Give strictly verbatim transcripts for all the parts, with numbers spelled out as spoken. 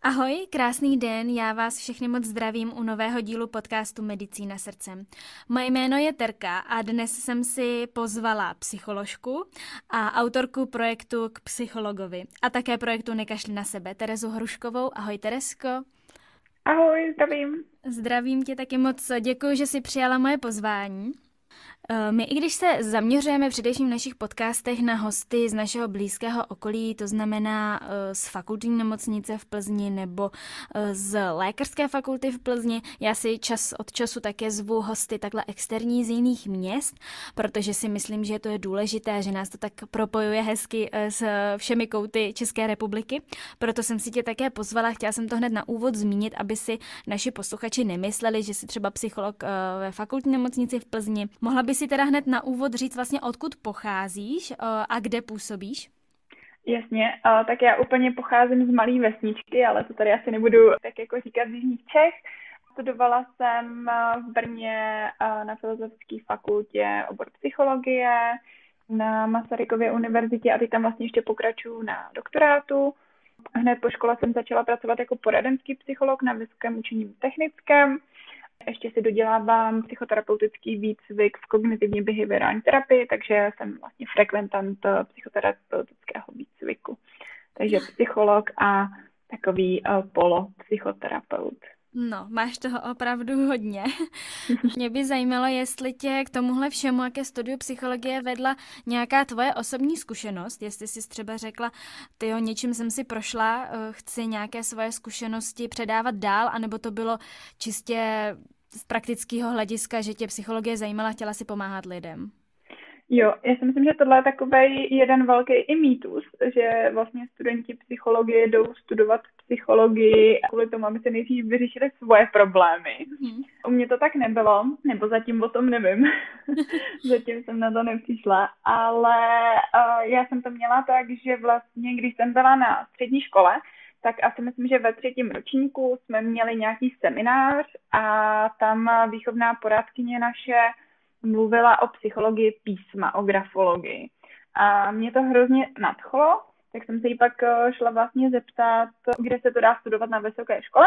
Ahoj, krásný den, já vás všechny moc zdravím u nového dílu podcastu Medicína srdcem. Moje jméno je Terka a dnes jsem si pozvala psycholožku a autorku projektu K psychologovi a také projektu Nekašli na sebe, Terezu Hruškovou. Ahoj Teresko. Ahoj, zdravím. Zdravím tě taky moc, děkuji, že jsi přijala moje pozvání. My, i když se zaměřujeme především v našich podcastech na hosty z našeho blízkého okolí, to znamená z fakultní nemocnice v Plzni nebo z lékařské fakulty v Plzni, já si čas od času také zvu hosty takhle externí z jiných měst, protože si myslím, že to je důležité, že nás to tak propojuje hezky s všemi kouty České republiky. Proto jsem si tě také pozvala, chtěla jsem to hned na úvod zmínit, aby si naši posluchači nemysleli, že jsi třeba psycholog ve fakultní nemocnici v Plzni. Mohla by si teda hned na úvod říct vlastně, odkud pocházíš a kde působíš? Jasně, tak já úplně pocházím z malé vesničky, ale to tady asi nebudu tak jako říkat z jižních Čech. Studovala jsem v Brně na Filozofické fakultě obor psychologie, na Masarykově univerzitě a teď tam vlastně ještě pokračuju na doktorátu. Hned po škole jsem začala pracovat jako poradenský psycholog na Vysokém učení technickém. Ještě si dodělávám psychoterapeutický výcvik v kognitivní behaviorální terapii, takže jsem vlastně frekventant psychoterapeutického výcviku. Takže psycholog a takový uh, polopsychoterapeut. No, máš toho opravdu hodně. Mě by zajímalo, jestli tě k tomuhle všemu, jaké studiu psychologie vedla nějaká tvoje osobní zkušenost, jestli jsi třeba řekla, tyjo, něčím jsem si prošla, chci nějaké svoje zkušenosti předávat dál, anebo to bylo čistě z praktického hlediska, že tě psychologie zajímala, chtěla si pomáhat lidem. Jo, já si myslím, že tohle je takovej jeden velký i mýtus, že vlastně studenti psychologie jdou studovat psychologii kvůli tomu, aby se nejdřív vyřešili svoje problémy. Hmm. U mě to tak nebylo, nebo zatím o tom nevím. Zatím jsem na to nepřišla, ale uh, já jsem to měla tak, že vlastně, když jsem byla na střední škole, tak asi myslím, že ve třetím ročníku jsme měli nějaký seminář a tam výchovná poradkyně naše mluvila o psychologii písma, o grafologii. A mě to hrozně nadchlo, tak jsem se jí pak šla vlastně zeptat, kde se to dá studovat na vysoké škole.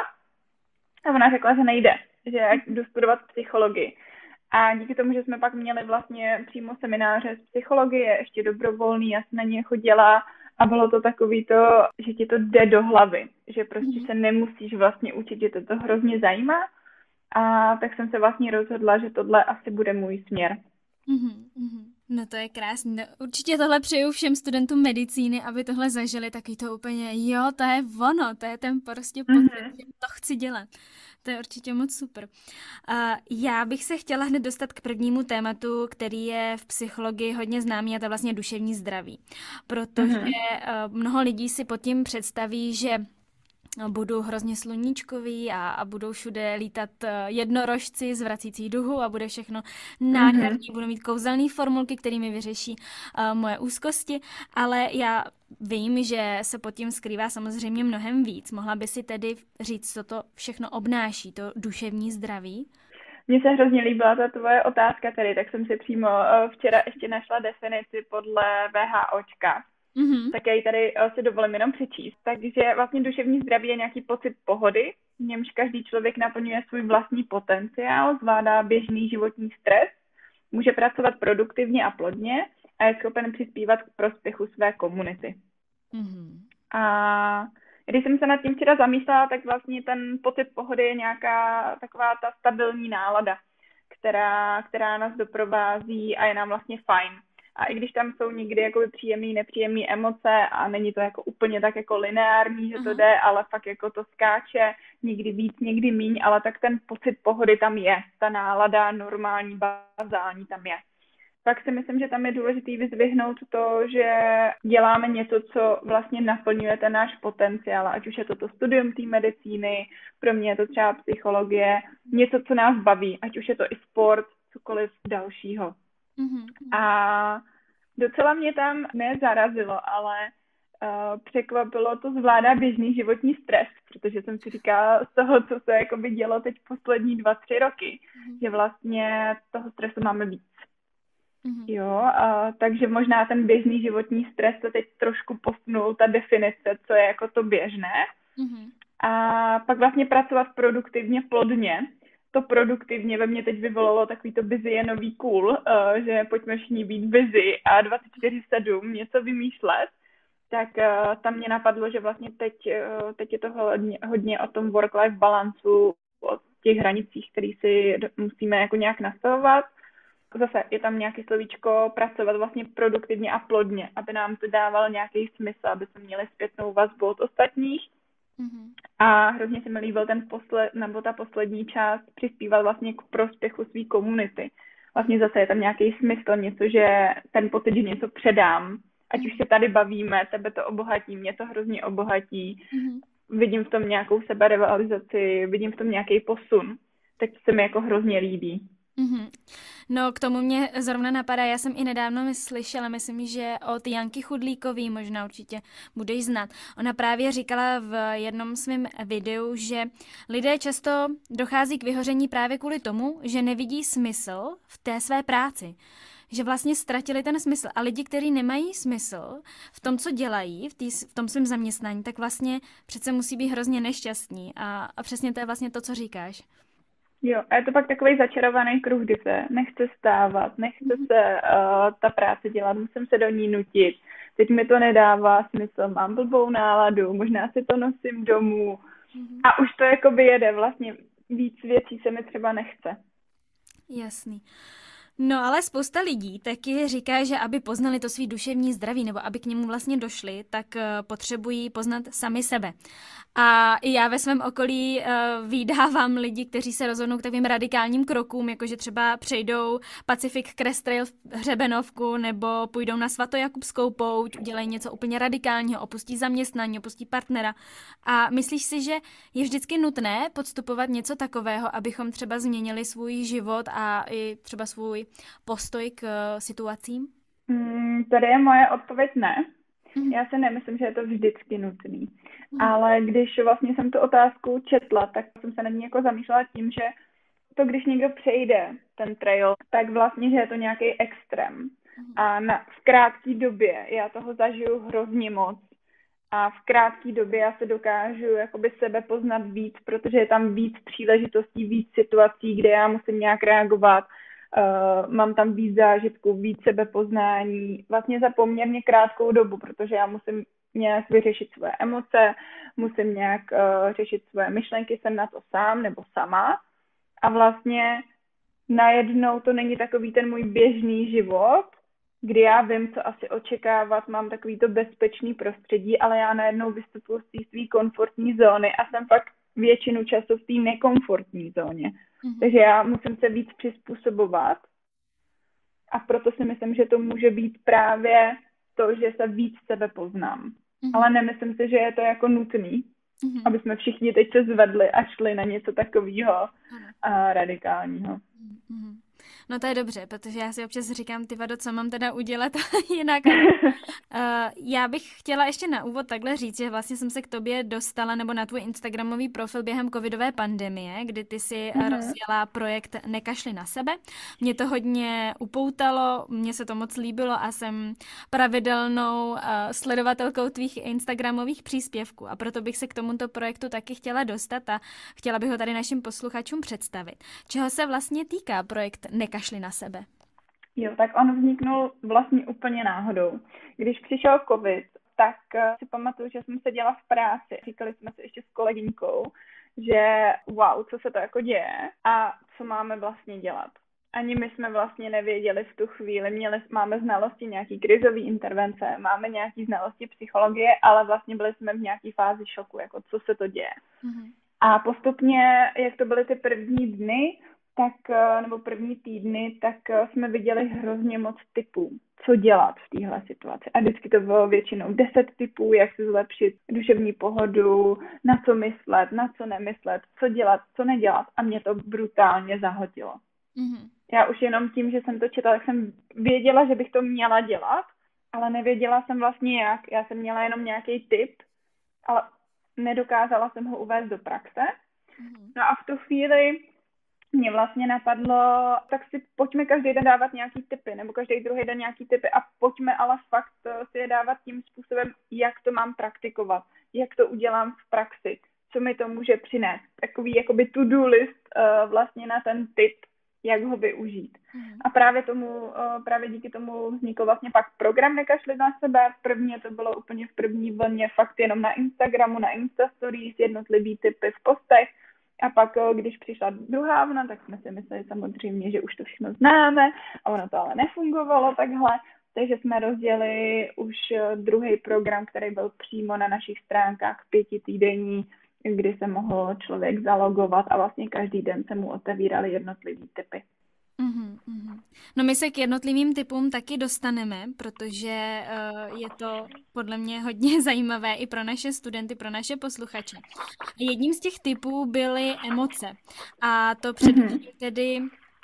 A ona řekla, že nejde, že jdu studovat psychologii. A díky tomu, že jsme pak měli vlastně přímo semináře z psychologie, ještě dobrovolný, já jsem na ně chodila a bylo to takový to, že ti to jde do hlavy, že prostě se nemusíš vlastně učit, že to, to hrozně zajímá. A tak jsem se vlastně rozhodla, že tohle asi bude můj směr. Mm-hmm. No to je krásný. No, určitě tohle přeju všem studentům medicíny, aby tohle zažili, taky to úplně, jo, to je ono, to je ten prostě pocit, mm-hmm. že to chci dělat. To je určitě moc super. Uh, já bych se chtěla hned dostat k prvnímu tématu, který je v psychologii hodně známý, a to je vlastně duševní zdraví. Protože mm-hmm. uh, mnoho lidí si pod tím představí, že budou hrozně sluníčkoví a, a budou všude lítat jednorožci z vracící duhu a bude všechno nádherný, mm-hmm. budou mít kouzelné formulky, kterými vyřeší uh, moje úzkosti, ale já vím, že se pod tím skrývá samozřejmě mnohem víc. Mohla by si tedy říct, co to všechno obnáší, to duševní zdraví? Mně se hrozně líbila ta tvoje otázka tady, tak jsem si přímo uh, včera ještě našla definici podle VHOčka. Mm-hmm. Tak já ji tady si dovolím jenom přečíst. Takže vlastně duševní zdraví je nějaký pocit pohody, v němž každý člověk naplňuje svůj vlastní potenciál, zvládá běžný životní stres, může pracovat produktivně a plodně a je schopen přispívat k prospěchu své komunity. Mm-hmm. A když jsem se nad tím včera zamyslela, tak vlastně ten pocit pohody je nějaká taková ta stabilní nálada, která, která nás doprovází a je nám vlastně fajn. A i když tam jsou někdy jakoby příjemný, nepříjemný emoce a není to jako úplně tak jako lineární, že to jde, ale fakt jako to skáče, někdy víc, někdy míň, ale tak ten pocit pohody tam je, ta nálada normální, bazální tam je. Pak si myslím, že tam je důležitý vyzdvihnout to, že děláme něco, co vlastně naplňuje ten náš potenciál, ať už je to to studium té medicíny, pro mě je to třeba psychologie, něco, co nás baví, ať už je to i sport, cokoliv dalšího. Mm-hmm. A docela mě tam nezarazilo, ale uh, překvapilo to zvládá běžný životní stres, protože jsem si říkala z toho, co se jakoby dělo teď poslední dva, tři roky, mm-hmm. že vlastně toho stresu máme víc. Mm-hmm. Jo, uh, takže možná ten běžný životní stres se teď trošku posunul, ta definice, co je jako to běžné. Mm-hmm. a pak vlastně pracovat produktivně, plodně. To produktivně ve mně teď vyvolalo takový to busy je nový cool, uh, že pojďme všichni být busy a dvacet čtyři sedm něco vymýšlet. Tak uh, tam mě napadlo, že vlastně teď, uh, teď je to hodně, hodně o tom work-life balancu, o těch hranicích, které si musíme jako nějak nastavovat. Zase je tam nějaké slovíčko pracovat vlastně produktivně a plodně, aby nám to dávalo nějaký smysl, aby jsme měli zpětnou vazbu od ostatních. Mm-hmm. A hrozně se mi líbil ten posled, nebo ta poslední část přispíval vlastně k prospěchu své komunity. Vlastně zase je tam nějaký smysl, něco, že ten pocit, že něco předám, ať už se tady bavíme, tebe to obohatí, mě to hrozně obohatí, mm-hmm. vidím v tom nějakou seberealizaci, vidím v tom nějaký posun, tak to se mi jako hrozně líbí. Mm-hmm. No, k tomu mě zrovna napadá, já jsem i nedávno slyšela, myslím, že od Janky Chudlíkový, možná určitě budeš znát. Ona právě říkala v jednom svém videu, že lidé často dochází k vyhoření právě kvůli tomu, že nevidí smysl v té své práci. Že vlastně ztratili ten smysl. A lidi, kteří nemají smysl v tom, co dělají, v, tý, v tom svém zaměstnání, tak vlastně přece musí být hrozně nešťastní. A, a přesně to je vlastně to, co říkáš. Jo, a je to pak takový začarovaný kruh, kdy se nechce stávat, nechce se uh, ta práce dělat, musím se do ní nutit. Teď mi to nedává smysl, mám blbou náladu, možná si to nosím domů. Mm-hmm. A už to jakoby jede, vlastně víc věcí se mi třeba nechce. Jasný. No ale spousta lidí taky říká, že aby poznali to svý duševní zdraví nebo aby k němu vlastně došli, tak uh, potřebují poznat sami sebe. A i já ve svém okolí uh, vydávám lidi, kteří se rozhodnou k takovým radikálním krokům, jakože třeba přejdou Pacific Crest Trail v Hřebenovku nebo půjdou na svatojakubskou pouť, udělají něco úplně radikálního, opustí zaměstnání, opustí partnera. A myslíš si, že je vždycky nutné podstupovat něco takového, abychom třeba změnili svůj život a i třeba svůj postoj k uh, situacím? Hmm, tady je moje odpověď ne. Mm. Já si nemyslím, že je to vždycky nutný. Mm. Ale když vlastně jsem tu otázku četla, tak jsem se nad ní jako zamýšlela tím, že to, když někdo přejde ten trail, tak vlastně, že je to nějaký extrém. Mm. A na, v krátké době já toho zažiju hrozně moc. A v krátké době já se dokážu jakoby sebe poznat víc, protože je tam víc příležitostí, víc situací, kde já musím nějak reagovat. Uh, mám tam víc zážitků, víc sebepoznání, vlastně za poměrně krátkou dobu, protože já musím nějak vyřešit své emoce, musím nějak uh, řešit své myšlenky, jsem na to sám nebo sama a vlastně najednou to není takový ten můj běžný život, kdy já vím, co asi očekávat, mám takový to bezpečný prostředí, ale já najednou vystupuji z té své komfortní zóny a jsem fakt většinu času v té nekomfortní zóně. Mm-hmm. Takže já musím se víc přizpůsobovat a proto si myslím, že to může být právě to, že se víc sebe poznám. Mm-hmm. Ale nemyslím si, že je to jako nutný, mm-hmm. aby jsme všichni teď se zvedli a šli na něco takového mm-hmm. radikálního. Mm-hmm. No to je dobře, protože já si občas říkám, ty vado, co mám teda udělat jinak. uh, já bych chtěla ještě na úvod takhle říct, že vlastně jsem se k tobě dostala, nebo na tvůj instagramový profil během covidové pandemie, kdy ty si mm-hmm. rozjela projekt Nekašli na sebe. Mě to hodně upoutalo, mně se to moc líbilo a jsem pravidelnou uh, sledovatelkou tvých instagramových příspěvků a proto bych se k tomuto projektu taky chtěla dostat a chtěla bych ho tady našim posluchačům představit. Čeho se vlastně týká projekt Nekašli na sebe? Jo, tak on vzniknul vlastně úplně náhodou. Když přišel covid, tak si pamatuju, že jsem seděla v práci. Říkali jsme si ještě s kolegyňkou, že wow, co se to jako děje a co máme vlastně dělat. Ani my jsme vlastně nevěděli v tu chvíli. Měli, máme znalosti nějaký krizové intervence, máme nějaký znalosti psychologie, ale vlastně byli jsme v nějaké fázi šoku, jako co se to děje. Mm-hmm. A postupně, jak to byly ty první dny, tak, nebo první týdny, tak jsme viděli hrozně moc typů, co dělat v téhle situaci. A vždycky to bylo většinou deset typů, jak si zlepšit duševní pohodu, na co myslet, na co nemyslet, co dělat, co nedělat. A mě to brutálně zahltilo. Mm-hmm. Já už jenom tím, že jsem to četla, tak jsem věděla, že bych to měla dělat, ale nevěděla jsem vlastně jak. Já jsem měla jenom nějaký tip, ale nedokázala jsem ho uvést do praxe. Mm-hmm. No a v tu chvíli mě vlastně napadlo, tak si pojďme každý den dávat nějaký tipy, nebo každý druhý den nějaký tipy a pojďme ale fakt si je dávat tím způsobem, jak to mám praktikovat, jak to udělám v praxi, co mi to může přinést. Takový jakoby to-do list uh, vlastně na ten tip, jak ho využít. Mm. A právě tomu, uh, právě díky tomu vznikl vlastně pak program Nekašli na sebe. Prvně to bylo úplně v první vlně fakt jenom na Instagramu, na Insta Stories, jednotlivý tipy v postech. A pak, když přišla druhá vlna, tak jsme si mysleli samozřejmě, že už to všechno známe a ono to ale nefungovalo takhle. Takže jsme rozdělili už druhý program, který byl přímo na našich stránkách pětitýdenní, kdy se mohl člověk zalogovat a vlastně každý den se mu otevíraly jednotlivý typy. Uhum, uhum. No my se k jednotlivým typům taky dostaneme, protože uh, je to podle mě hodně zajímavé i pro naše studenty, pro naše posluchače. Jedním z těch typů byly emoce a to především tedy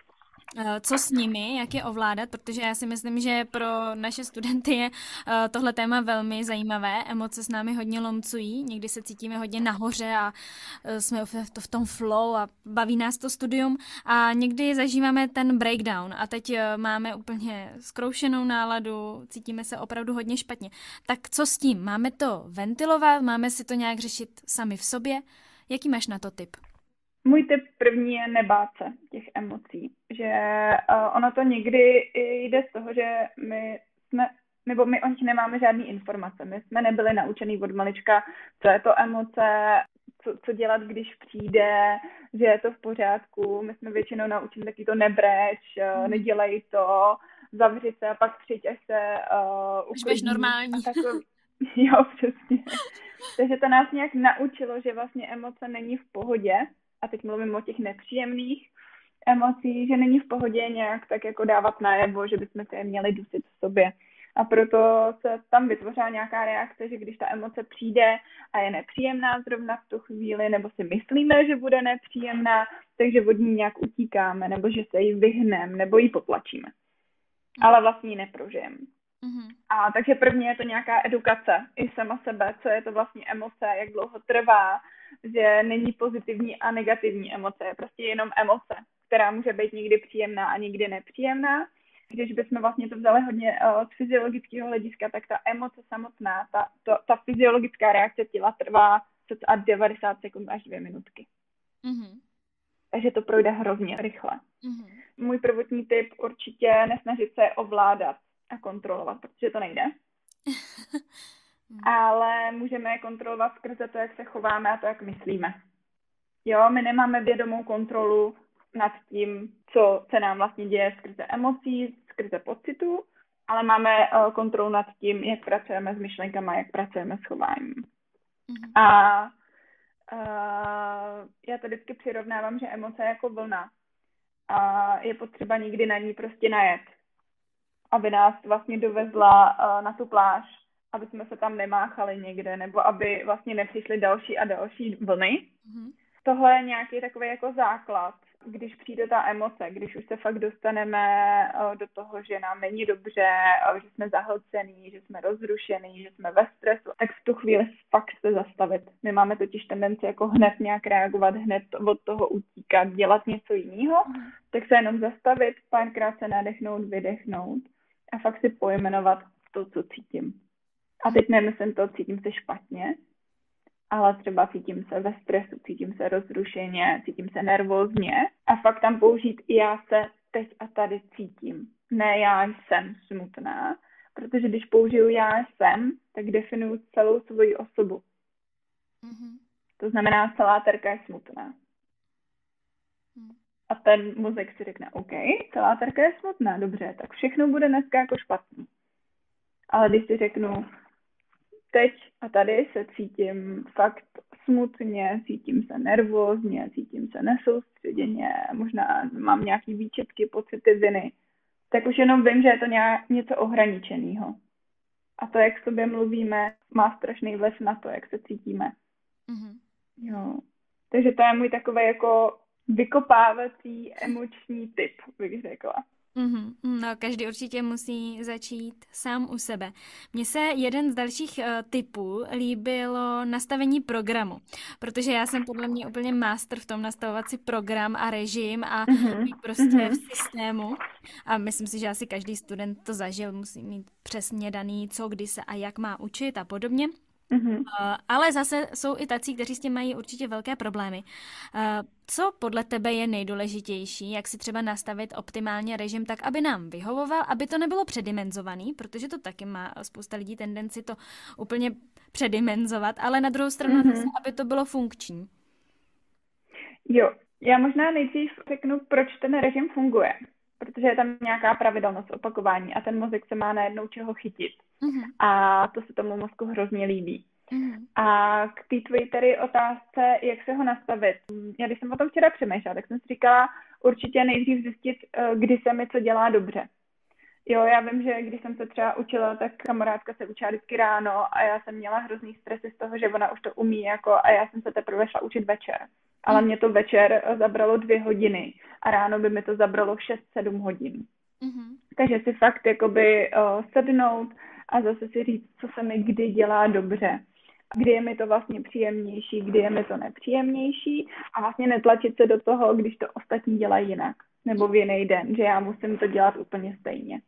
co s nimi, jak je ovládat, protože já si myslím, že pro naše studenty je tohle téma velmi zajímavé. Emoce s námi hodně lomcují, někdy se cítíme hodně nahoře a jsme v tom flow a baví nás to studium a někdy zažíváme ten breakdown a teď máme úplně zkroušenou náladu, cítíme se opravdu hodně špatně. Tak co s tím? Máme to ventilovat? Máme si to nějak řešit sami v sobě? Jaký máš na to tip? Můj tip první je nebát se těch emocí, že uh, ono to někdy jde z toho, že my jsme, nebo my o nich nemáme žádný informace, my jsme nebyli naučený od malička, co je to emoce, co, co dělat, když přijde, že je to v pořádku, my jsme většinou naučení taky to nebreč, uh, nedělej to, zavři se a pak přijď, až se uh, uklidní. Už normální. Takový, jo, přesně. Takže to nás nějak naučilo, že vlastně emoce není v pohodě, a teď mluvím o těch nepříjemných emocí, že není v pohodě nějak tak jako dávat najevo, že bychom se je měli dusit v sobě. A proto se tam vytvořila nějaká reakce, že když ta emoce přijde a je nepříjemná zrovna v tu chvíli, nebo si myslíme, že bude nepříjemná, takže od ní nějak utíkáme, nebo že se jí vyhneme, nebo ji potlačíme. Ale vlastně ji neprožijeme. Mm-hmm. A takže první je to nějaká edukace i sama sebe, co je to vlastně emoce, jak dlouho trvá, že není pozitivní a negativní emoce, je prostě jenom emoce, která může být někdy příjemná a někdy nepříjemná. Když bychom vlastně to vzali hodně uh, z fyziologického hlediska, tak ta emoce samotná, ta, to, ta fyziologická reakce těla trvá cca devadesát sekund až dvě minutky. Mm-hmm. Takže to projde hrozně rychle. Mm-hmm. Můj prvotní tip určitě nesnažit se ovládat a kontrolovat, protože to nejde. Ale můžeme je kontrolovat skrze to, jak se chováme a to, jak myslíme. Jo, my nemáme vědomou kontrolu nad tím, co se nám vlastně děje skrze emocí, skrze pocitu, ale máme uh, kontrolu nad tím, jak pracujeme s myšlenkama, jak pracujeme s chováním. Mm-hmm. A uh, já to vždycky přirovnávám, že emoce je jako vlna. A je potřeba někdy na ní prostě najet, aby nás vlastně dovezla uh, na tu pláž, aby jsme se tam nemáchali někde, nebo aby vlastně nepřišly další a další vlny. Mm-hmm. Tohle je nějaký takový jako základ, když přijde ta emoce, když už se fakt dostaneme uh, do toho, že nám není dobře, uh, že jsme zahlcený, že jsme rozrušený, že jsme ve stresu, tak v tu chvíli fakt se zastavit. My máme totiž tendenci jako hned nějak reagovat, hned od toho utíkat, dělat něco jiného, mm-hmm. tak se jenom zastavit, párkrát se nadechnout, vydechnout a fakt si pojmenovat to, co cítím. A teď nemyslím to, cítím se špatně, ale třeba cítím se ve stresu, cítím se rozrušeně, cítím se nervózně a fakt tam použít i já se teď a tady cítím. Ne já jsem smutná, protože když použiju já jsem, tak definuju celou svoji osobu. Mm-hmm. To znamená, celá Terka je smutná. Mm. A ten mozek si řekne, OK, celá Terka je smutná, dobře, tak všechno bude dneska jako špatný. Ale když si řeknu, teď a tady se cítím fakt smutně, cítím se nervózně, cítím se nesoustředěně, možná mám nějaký výčetky, pocity viny, tak už jenom vím, že je to nějak něco ohraničeného. A to, jak k sobě mluvíme, má strašný vliv na to, jak se cítíme. Mm-hmm. Jo. Takže to je můj takový jako vykopávací emoční typ, bych řekla. Mm-hmm. No, každý určitě musí začít sám u sebe. Mně se jeden z dalších uh, typů líbilo nastavení programu, protože já jsem podle mě úplně master v tom nastavovat si program a režim a mm-hmm. být prostě mm-hmm. v systému. A myslím si, že asi každý student to zažil, musí mít přesně daný, co, kdy se a jak má učit a podobně. Mm-hmm. Uh, ale zase jsou i tací, kteří s tím mají určitě velké problémy. Uh, co podle tebe je nejdůležitější, jak si třeba nastavit optimálně režim tak, aby nám vyhovoval, aby to nebylo předimenzovaný, protože to taky má spousta lidí tendenci to úplně předimenzovat, ale na druhou stranu Mm-hmm. zase, aby to bylo funkční. Jo, já možná nejdřív řeknu, proč ten režim funguje. Protože je tam nějaká pravidelnost opakování a ten mozek se má najednou čeho chytit. Mm-hmm. A to se tomu mozku hrozně líbí. Mm-hmm. A k té tvojí tady otázce, jak se ho nastavit. Já když jsem o tom včera přemýšlela, tak jsem si říkala určitě nejdřív zjistit, kdy se mi co dělá dobře. Jo, já vím, že když jsem se třeba učila, tak kamarádka se učila vždycky ráno a já jsem měla hrozný stresy z toho, že ona už to umí jako a já jsem se teprve šla učit večer. Ale mě to večer zabralo dvě hodiny a ráno by mi to zabralo šest sedm hodin. Mm-hmm. Takže si fakt jakoby uh, sednout a zase si říct, co se mi kdy dělá dobře. Kdy je mi to vlastně příjemnější, kdy je mi to nepříjemnější a vlastně netlačit se do toho, když to ostatní dělají jinak. Nebo v jiný den, že já musím to dělat úplně stejně.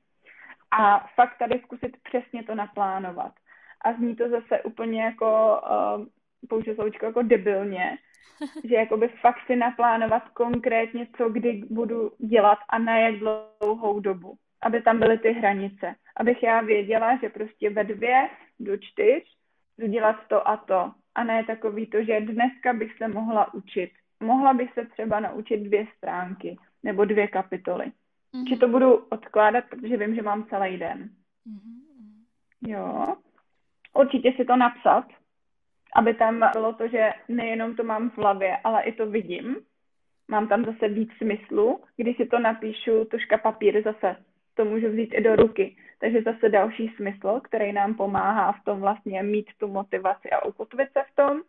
A fakt tady zkusit přesně to naplánovat. A zní to zase úplně jako, uh, použiju slovíčko jako debilně, že jakoby fakt si naplánovat konkrétně, co kdy budu dělat a na jak dlouhou dobu. Aby tam byly ty hranice. Abych já věděla, že prostě ve dvě do čtyř budu dělat to a to. A ne takový to, že dneska bych se mohla učit. Mohla bych se třeba naučit dvě stránky nebo dvě kapitoly. Mm-hmm. Či to budu odkládat, protože vím, že mám celý den. Mm-hmm. Jo. Určitě si to napsat, aby tam bylo to, že nejenom to mám v hlavě, ale i to vidím. Mám tam zase víc smyslu. Když si to napíšu, tužka papír zase, to můžu vzít i do ruky. Takže zase další smysl, který nám pomáhá v tom vlastně mít tu motivaci a ukotvit se v tom.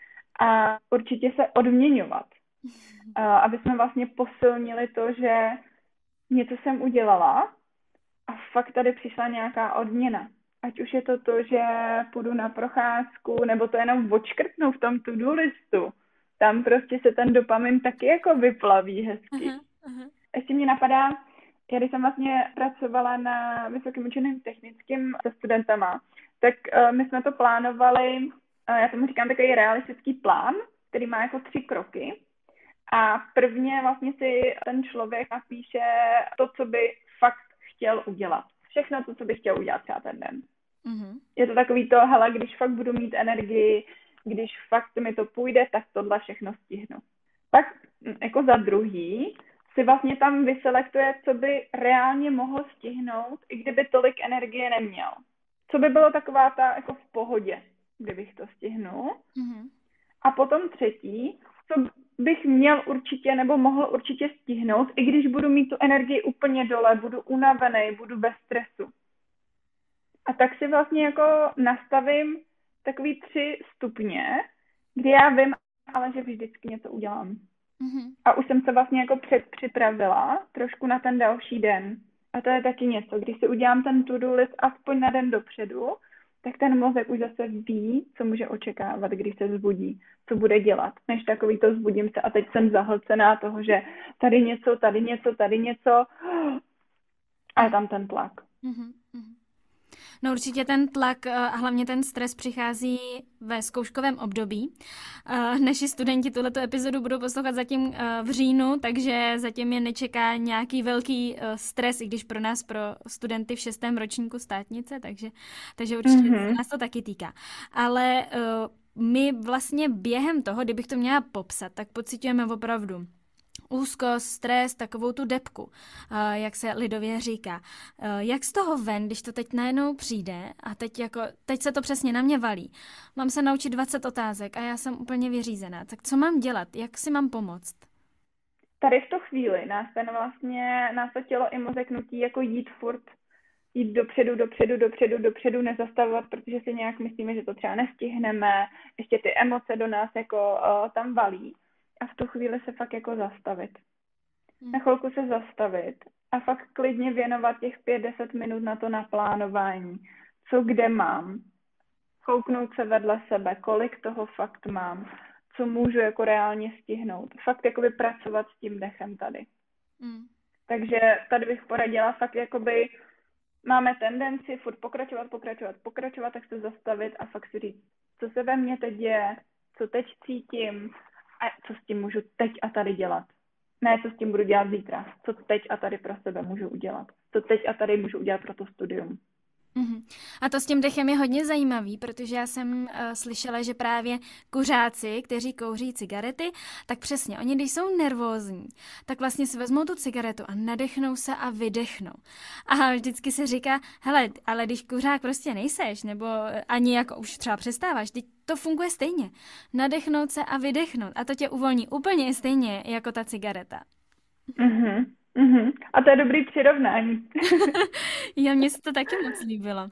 A určitě se odměňovat. Aby jsme vlastně posilnili to, že něco jsem udělala a fakt tady přišla nějaká odměna. Ať už je to to, že půjdu na procházku, nebo to jenom odškrtnu v tom to-do listu. Tam prostě se ten dopamin taky jako vyplaví hezky. Uh-huh, uh-huh. Ještě mě napadá, já když jsem vlastně pracovala na Vysokém učeném technickém se studentama, tak uh, my jsme to plánovali, uh, já tomu říkám takový realistický plán, který má jako tři kroky. A prvně vlastně si ten člověk napíše to, co by fakt chtěl udělat. Všechno to, co by chtěl udělat třeba ten den. Mm-hmm. Je to takový to, hele, když fakt budu mít energii, když fakt mi to půjde, tak tohle všechno stihnu. Pak jako za druhý si vlastně tam vyselektuje, co by reálně mohl stihnout, i kdyby tolik energie neměl. Co by bylo taková ta jako v pohodě, kdybych to stihnul. Mm-hmm. A potom třetí, co bych měl určitě nebo mohl určitě stihnout, i když budu mít tu energii úplně dole, budu unavený, budu bez stresu. A tak si vlastně jako nastavím takový tři stupně, kdy já vím, ale že vždycky něco udělám. Mm-hmm. A už jsem se vlastně jako předpřipravila trošku na ten další den. A to je taky něco, když si udělám ten to-do list aspoň na den dopředu, tak ten mozek už zase ví, co může očekávat, když se vzbudí, co bude dělat. Než takový to vzbudím se a teď jsem zahlcená toho, že tady něco, tady něco, tady něco a je tam ten tlak. Mm-hmm. No určitě ten tlak a hlavně ten stres přichází ve zkouškovém období. Naši studenti tuhleto epizodu budou poslouchat zatím v říjnu, takže zatím je nečeká nějaký velký stres, i když pro nás, pro studenty v šestém ročníku státnice, takže, takže určitě mm-hmm. nás to taky týká. Ale my vlastně během toho, kdybych to měla popsat, tak pociťujeme opravdu úzkost, stres, takovou tu depku, jak se lidově říká. Jak z toho ven, když to teď najednou přijde a teď, jako, teď se to přesně na mě valí. Mám se naučit dvacet otázek a já jsem úplně vyřízená. Tak co mám dělat? Jak si mám pomoct? Tady v tu chvíli nás ten vlastně, nás to tělo i mozek nutí jako jít furt, jít dopředu, dopředu, dopředu, dopředu, nezastavovat, protože si nějak myslíme, že to třeba nestihneme, ještě ty emoce do nás jako uh, tam valí. A v tu chvíli se fakt jako zastavit. Hmm. Na chvilku se zastavit a fakt klidně věnovat těch pět deset minut na to naplánování. Co kde mám. Kouknout se vedle sebe, kolik toho fakt mám. Co můžu jako reálně stihnout. Fakt jakoby pracovat s tím dechem tady. Hmm. Takže tady bych poradila fakt jakoby máme tendenci furt pokračovat, pokračovat, pokračovat, tak se zastavit a fakt si říct, co se ve mně teď děje, co teď cítím a co s tím můžu teď a tady dělat. Ne, co s tím budu dělat zítra, co teď a tady pro sebe můžu udělat, co teď a tady můžu udělat pro to studium. Uhum. A to s tím dechem je hodně zajímavý, protože já jsem uh, slyšela, že právě kuřáci, kteří kouří cigarety, tak přesně, oni když jsou nervózní, tak vlastně si vezmou tu cigaretu a nadechnou se a vydechnou. A vždycky se říká, hele, ale když kuřák prostě nejseš, nebo ani jako už třeba přestáváš, teď to funguje stejně. Nadechnout se a vydechnout. A to tě uvolní úplně stejně jako ta cigareta. Mhm. Mm-hmm. A to je dobrý přirovnání. Jo, mně se to taky moc líbilo.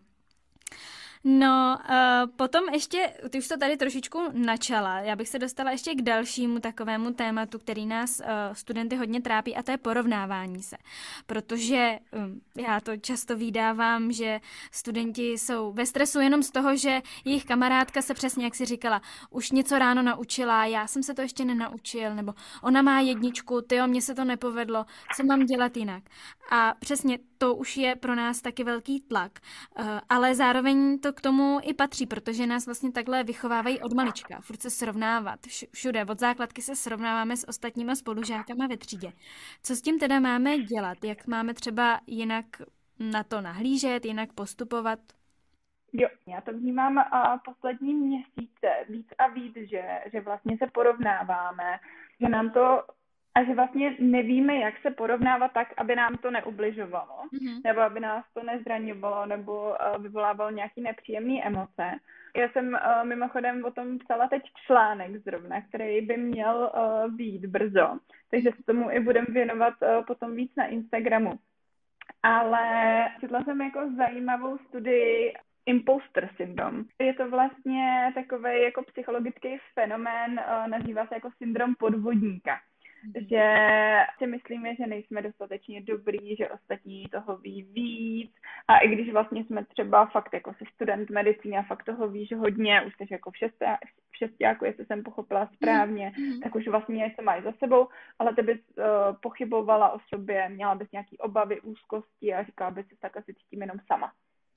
No, uh, potom ještě, ty už to tady trošičku načala, já bych se dostala ještě k dalšímu takovému tématu, který nás uh, studenty hodně trápí, a to je porovnávání se. Protože um, já to často vídávám, že studenti jsou ve stresu jenom z toho, že jejich kamarádka se přesně, jak si říkala, už něco ráno naučila, já jsem se to ještě nenaučil, nebo ona má jedničku, tyjo, mně se to nepovedlo, co mám dělat jinak. A přesně to už je pro nás taky velký tlak, uh, ale zároveň to k tomu i patří, protože nás vlastně takhle vychovávají od malička, furt se srovnávat, všude, od základky se srovnáváme s ostatníma spolužákama ve třídě. Co s tím teda máme dělat? Jak máme třeba jinak na to nahlížet, jinak postupovat? Jo, já to vnímám a poslední měsíce víc a víc, že, že vlastně se porovnáváme, že nám to a že vlastně nevíme, jak se porovnávat tak, aby nám to neubližovalo, mm-hmm. nebo aby nás to nezraňovalo, nebo uh, vyvolávalo nějaký nepříjemné emoce. Já jsem uh, mimochodem o tom psala teď článek zrovna, který by měl uh, vyjít brzo, takže se tomu i budeme věnovat uh, potom víc na Instagramu. Ale četla jsem jako zajímavou studii imposter syndrom. Je to vlastně takový jako psychologický fenomén, uh, nazývá se jako syndrom podvodníka. Že si myslíme, že nejsme dostatečně dobrý, že ostatní toho ví víc, a i když vlastně jsme třeba fakt jako si student medicíny a fakt toho víš hodně, už jsi jako v, šestě, v šestiáku, jestli jsem pochopila správně, mm. tak už vlastně něco máš za sebou, ale ty bys uh, pochybovala o sobě, měla bys nějaký obavy, úzkosti a říkala bys si, tak asi cítím jenom sama.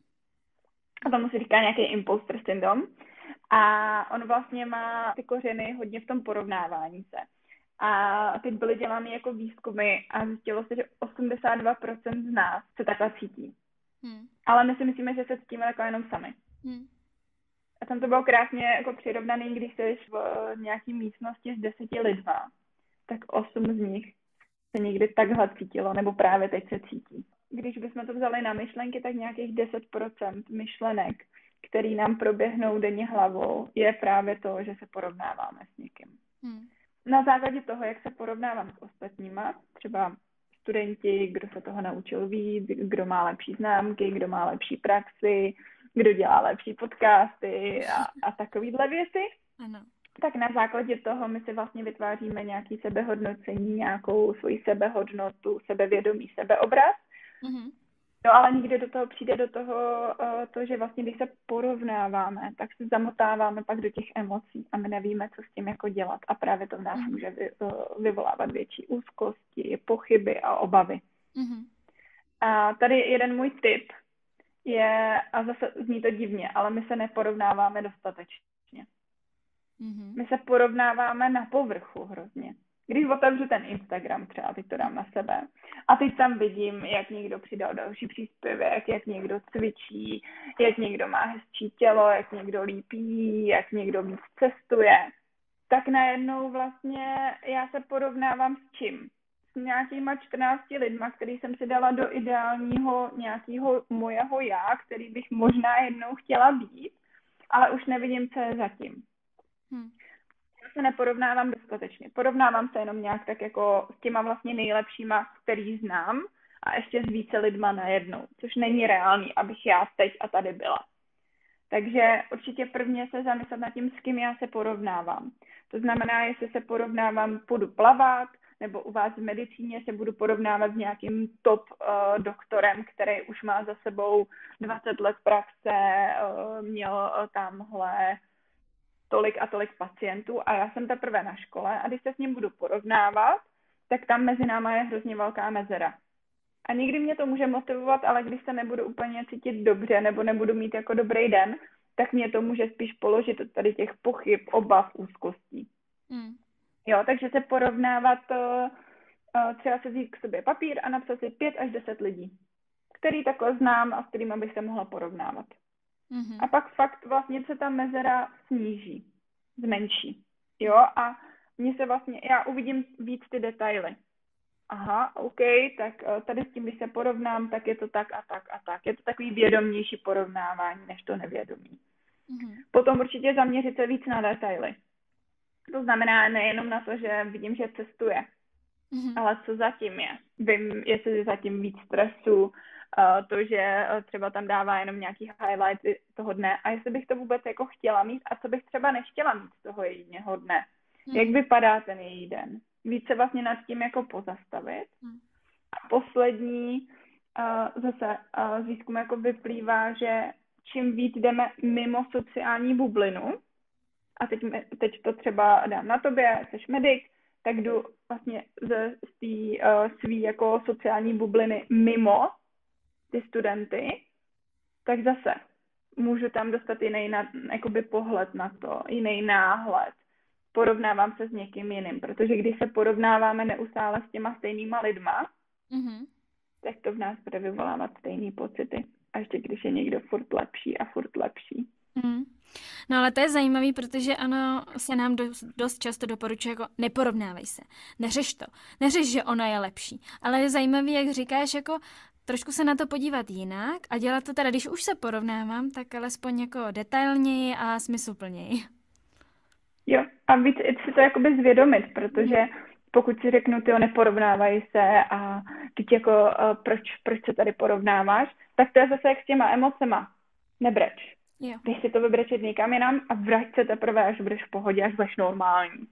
A tomu se říká nějaký imposter syndrom. A on vlastně má ty kořeny hodně v tom porovnávání se. A teď byly dělány jako výzkumy a zjistilo se, že osmdesát dva procent z nás se takhle cítí. Hmm. Ale my si myslíme, že se cítíme takhle jenom sami. Hmm. A tam to bylo krásně jako přirovnaný, když jsi v nějaké místnosti s deseti lidma, tak osm z nich se někdy takhle cítilo, nebo právě teď se cítí. Když bychom to vzali na myšlenky, tak nějakých deset procent myšlenek, který nám proběhnou denně hlavou, je právě to, že se porovnáváme s někým. Hmm. Na základě toho, jak se porovnávám s ostatníma, třeba studenti, kdo se toho naučil víc, kdo má lepší známky, kdo má lepší praxi, kdo dělá lepší podcasty a, a takovýhle věci, ano. Tak na základě toho my si vlastně vytváříme nějaký sebehodnocení, nějakou svoji sebehodnotu, sebevědomí, sebeobraz. Mm-hmm. No ale někdy do toho přijde do toho uh, to, že vlastně když se porovnáváme, tak se zamotáváme pak do těch emocí a my nevíme, co s tím jako dělat. A právě to v nás mm-hmm. může vy, uh, vyvolávat větší úzkosti, pochyby a obavy. Mm-hmm. A tady jeden můj tip je, a zase zní to divně, ale my se neporovnáváme dostatečně. Mm-hmm. My se porovnáváme na povrchu hrozně. Když otevřu ten Instagram třeba, teď to dám na sebe, a teď tam vidím, jak někdo přidal další příspěvek, jak někdo cvičí, jak někdo má hezčí tělo, jak někdo líp jí, jak někdo víc cestuje, tak najednou vlastně já se porovnávám s čím? S nějakýma čtrnácti lidma, který jsem si dala do ideálního nějakého mojeho já, který bych možná jednou chtěla být, ale už nevidím, co je zatím. Hmm. Se neporovnávám dostatečně. Porovnávám se jenom nějak tak jako s těma vlastně nejlepšíma, který znám, a ještě s více lidma najednou, což není reálný, abych já teď a tady byla. Takže určitě prvně se zamyslet nad tím, s kým já se porovnávám. To znamená, jestli se porovnávám, půjdu plavat, nebo u vás v medicíně se budu porovnávat s nějakým top uh, doktorem, který už má za sebou dvacet let praxe, uh, měl uh, tamhle tolik a tolik pacientů a já jsem teprve na škole a když se s ním budu porovnávat, tak tam mezi náma je hrozně velká mezera. A někdy mě to může motivovat, ale když se nebudu úplně cítit dobře nebo nebudu mít jako dobrý den, tak mě to může spíš položit od tady těch pochyb, obav, úzkostí. Mm. Jo, takže se porovnávat, to, třeba se vzít k sobě papír a napsat si pět až deset lidí, který takhle znám a s kterými bych se mohla porovnávat. Mm-hmm. A pak fakt vlastně se ta mezera sníží, zmenší. Jo, a mně se vlastně, já uvidím víc ty detaily. Aha, OK, tak tady s tím, když se porovnám, tak je to tak a tak a tak. Je to takový vědomější porovnávání, než to nevědomí. Mm-hmm. Potom určitě zaměřit se víc na detaily. To znamená nejenom na to, že vidím, že cestuje, mm-hmm. ale co zatím je. Vím, jestli je zatím víc stresu, to, že třeba tam dává jenom nějaký highlight toho dne a jestli bych to vůbec jako chtěla mít a co bych třeba nechtěla mít z toho jejího dne. Mm-hmm. Jak vypadá ten její den. Víc se vlastně nad tím jako pozastavit. Mm. A poslední uh, zase uh, z výzkumu jako vyplývá, že čím víc jdeme mimo sociální bublinu, a teď, teď to třeba dám na tobě, jsi medic, tak jdu vlastně ze z té uh, svý jako sociální bubliny mimo ty studenty, tak zase můžu tam dostat jiný na, jakoby pohled na to, jiný náhled. Porovnávám se s někým jiným, protože když se porovnáváme neustále s těma stejnýma lidma, mm-hmm. tak to v nás bude vyvolávat stejný pocity. A ještě když je někdo furt lepší a furt lepší. Mm. No ale to je zajímavý, protože ano, se nám dost, dost často doporučuje jako neporovnávej se, neřeš to, neřeš, že ona je lepší. Ale je zajímavý, jak říkáš, jako trošku se na to podívat jinak a dělat to teda, když už se porovnávám, tak alespoň jako detailněji a smysluplněji. Jo, a víc si to jakoby zvědomit, protože pokud si řeknu, ty neporovnávají se a teď jako uh, proč, proč se tady porovnáváš, tak to je zase jak s těma emocema. Nebreč. Jo. Dej si to vybrečet někam jinam a vrať se teprve, až budeš v pohodě, až budeš normální.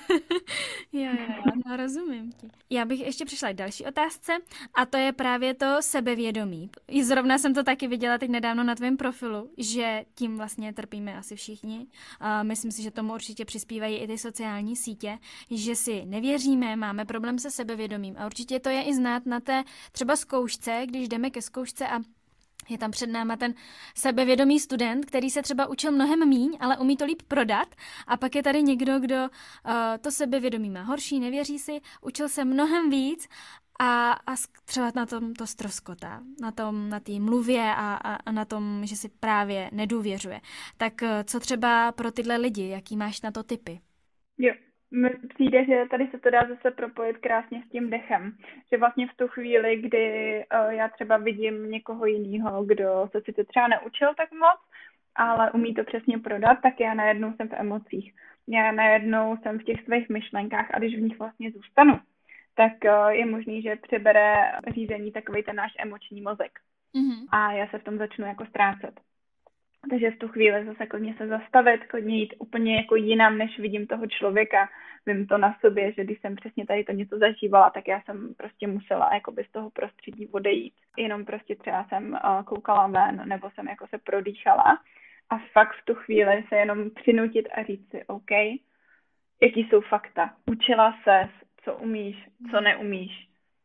jo, jo, no rozumím ti. Já bych ještě přišla k další otázce a to je právě to sebevědomí. Zrovna jsem to taky viděla teď nedávno na tvém profilu, že tím vlastně trpíme asi všichni. A myslím si, že tomu určitě přispívají i ty sociální sítě, že si nevěříme, máme problém se sebevědomím a určitě to je i znát na té třeba zkoušce, když jdeme ke zkoušce a je tam před náma ten sebevědomý student, který se třeba učil mnohem míň, ale umí to líp prodat. A pak je tady někdo, kdo uh, to sebevědomí má horší, nevěří si, učil se mnohem víc a, a třeba na tom to ztroskotá. Na tom, na té mluvě a, a, a na tom, že si právě nedůvěřuje. Tak uh, co třeba pro tyhle lidi, jaký máš na to tipy? Jo. Přijde, že tady se to dá zase propojit krásně s tím dechem. Že vlastně v tu chvíli, kdy uh, já třeba vidím někoho jiného, kdo se si to třeba neučil tak moc, ale umí to přesně prodat, tak já najednou jsem v emocích. Já najednou jsem v těch svých myšlenkách a když v nich vlastně zůstanu, tak uh, je možný, že přebere řízení takovej ten náš emoční mozek. Mm-hmm. A já se v tom začnu jako ztrácet. Takže v tu chvíli zase klidně se zastavit, klidně jít úplně jako jinam, než vidím toho člověka. Vím to na sobě, že když jsem přesně tady to něco zažívala, tak já jsem prostě musela jakoby z toho prostředí odejít. Jenom prostě třeba jsem uh, koukala ven, nebo jsem jako se prodýchala. A fakt v tu chvíli se jenom přinutit a říct si, OK, jaký jsou fakta. Učila ses, co umíš, co neumíš.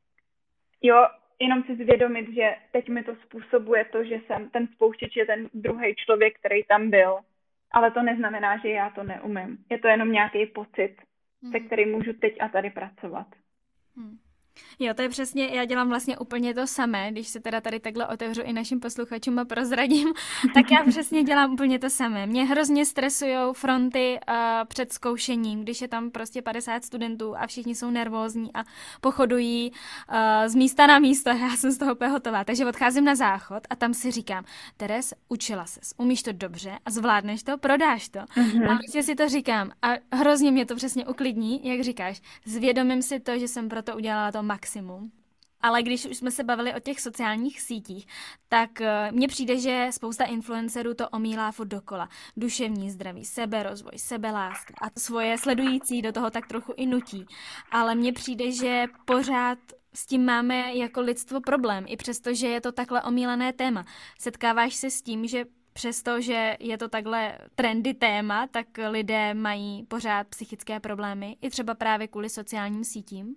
Jo, jenom si zvědomit, že teď mi to způsobuje to, že jsem ten spouštěč je ten druhý člověk, který tam byl. Ale to neznamená, že já to neumím. Je to jenom nějaký pocit, hmm. se kterým můžu teď a tady pracovat. Hmm. Jo, to je přesně, já dělám vlastně úplně to samé, když se teda tady takhle otevřu i našim posluchačům a prozradím, tak já přesně dělám úplně to samé. Mě hrozně stresujou fronty uh, před zkoušením, když je tam prostě padesát studentů a všichni jsou nervózní a pochodují uh, z místa na místo, já jsem z toho úplně hotová, takže odcházím na záchod a tam si říkám, Teres, učila ses, umíš to dobře a zvládneš to, prodáš to. Mm-hmm. A vlastně si to říkám a hrozně mě to přesně uklidní, jak říkáš, zvědomím si to, že jsem proto udělala to maximum. Ale když už jsme se bavili o těch sociálních sítích, tak mně přijde, že spousta influencerů to omílá furt dokola. Duševní zdraví, seberozvoj, sebeláska a svoje sledující do toho tak trochu i nutí. Ale mně přijde, že pořád s tím máme jako lidstvo problém, i přesto, že je to takhle omílané téma. Setkáváš se s tím, že přesto, že je to takhle trendy téma, tak lidé mají pořád psychické problémy, i třeba právě kvůli sociálním sítím?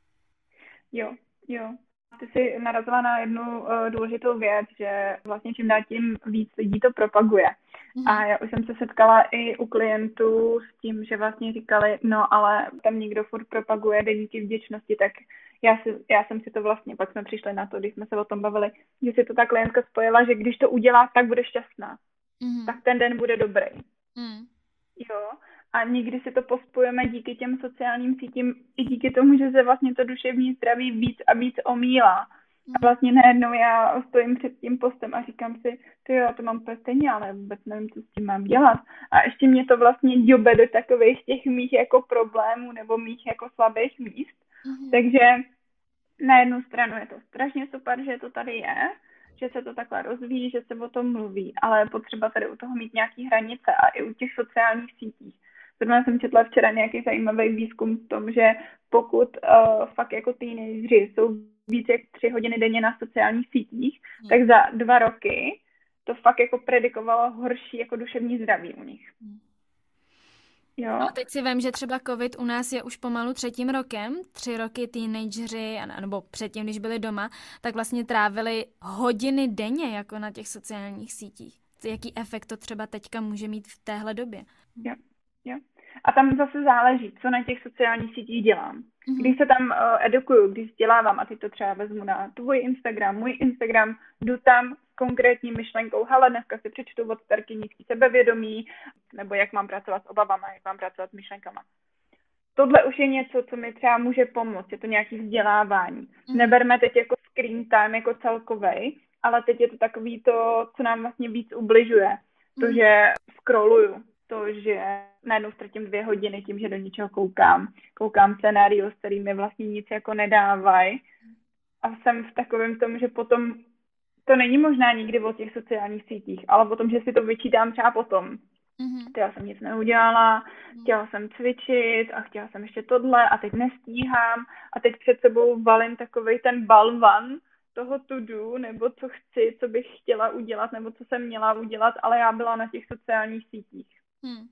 Jo, jo. Ty jsi narazila na jednu uh, důležitou věc, že vlastně čím dál tím víc lidí to propaguje. A já už jsem se setkala i u klientů s tím, že vlastně říkali, no ale tam někdo furt propaguje deníky vděčnosti, tak já, si, já jsem si to vlastně, pak jsme přišli na to, když jsme se o tom bavili, že si to ta klientka spojila, že když to udělá, tak bude šťastná. Mm. Tak ten den bude dobrý. Mm. Jo. A někdy si to pospojujeme díky těm sociálním sítím i díky tomu, že se vlastně to duševní zdraví víc a víc omílá. A vlastně najednou já stojím před tím postem a říkám si, ty jo, to mám úplně stejně, ale vůbec nevím, co s tím mám dělat. A ještě mě to vlastně děbe do takových těch mých jako problémů nebo mých jako slabých míst. Mm-hmm. Takže na jednu stranu je to strašně super, že to tady je, že se to takhle rozvíjí, že se o tom mluví, ale je potřeba tady u toho mít nějaký hranice a i u těch sociálních sítích. Zrovna jsem četla včera nějaký zajímavý výzkum v tom, že pokud uh, fakt jako teenageři jsou víc jak tři hodiny denně na sociálních sítích, hmm. tak za dva roky to fakt jako predikovalo horší jako duševní zdraví u nich. Hmm. Jo. A teď si vem, že třeba covid u nás je už pomalu třetím rokem, tři roky teenageři, nebo předtím, když byli doma, tak vlastně trávili hodiny denně jako na těch sociálních sítích. Jaký efekt to třeba teďka může mít v téhle době? Jo, jo. A tam zase záleží, co na těch sociálních sítích dělám. Mm-hmm. Když se tam uh, edukuju, když vzdělávám, a teď to třeba vezmu na tvůj Instagram, můj Instagram, jdu tam s konkrétní myšlenkou, hele, dneska si přečtu od Terky nízký sebevědomí, nebo jak mám pracovat s obavama, jak mám pracovat s myšlenkama. Tohle už je něco, co mi třeba může pomoct, je to nějaké vzdělávání. Mm-hmm. Neberme teď jako screen time jako celkovej, ale teď je to takový to, co nám vlastně víc ubližuje. Mm-hmm. To, že scrolluju. To, že najednou ztratím dvě hodiny tím, že do něčeho koukám. Koukám scénáriu, s kterými vlastně nic jako nedávají. A jsem v takovém tom, že potom to není možná nikdy o těch sociálních sítích, ale o tom, že si to vyčítám třeba potom. Mm-hmm. Já jsem nic neudělala, chtěla jsem cvičit a chtěla jsem ještě tohle a teď nestíhám a teď před sebou valím takovej ten balvan toho to do, nebo co chci, co bych chtěla udělat, nebo co jsem měla udělat, ale já byla na těch sociálních sítích. Hmm.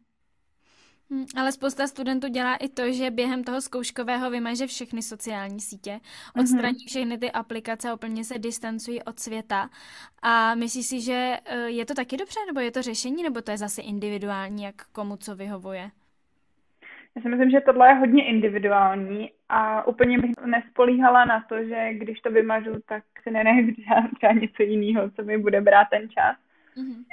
Hmm, ale spousta studentů dělá i to, že během toho zkouškového vymaže všechny sociální sítě, odstraní mm-hmm. všechny ty aplikace a úplně se distancují od světa. A myslíš si, že je to taky dobře, nebo je to řešení, nebo to je zase individuální, jak komu co vyhovuje? Já si myslím, že tohle je hodně individuální a úplně bych nespolíhala na to, že když to vymažu, tak si nenechám třeba něco jiného, co mi bude brát ten čas. Mm-hmm.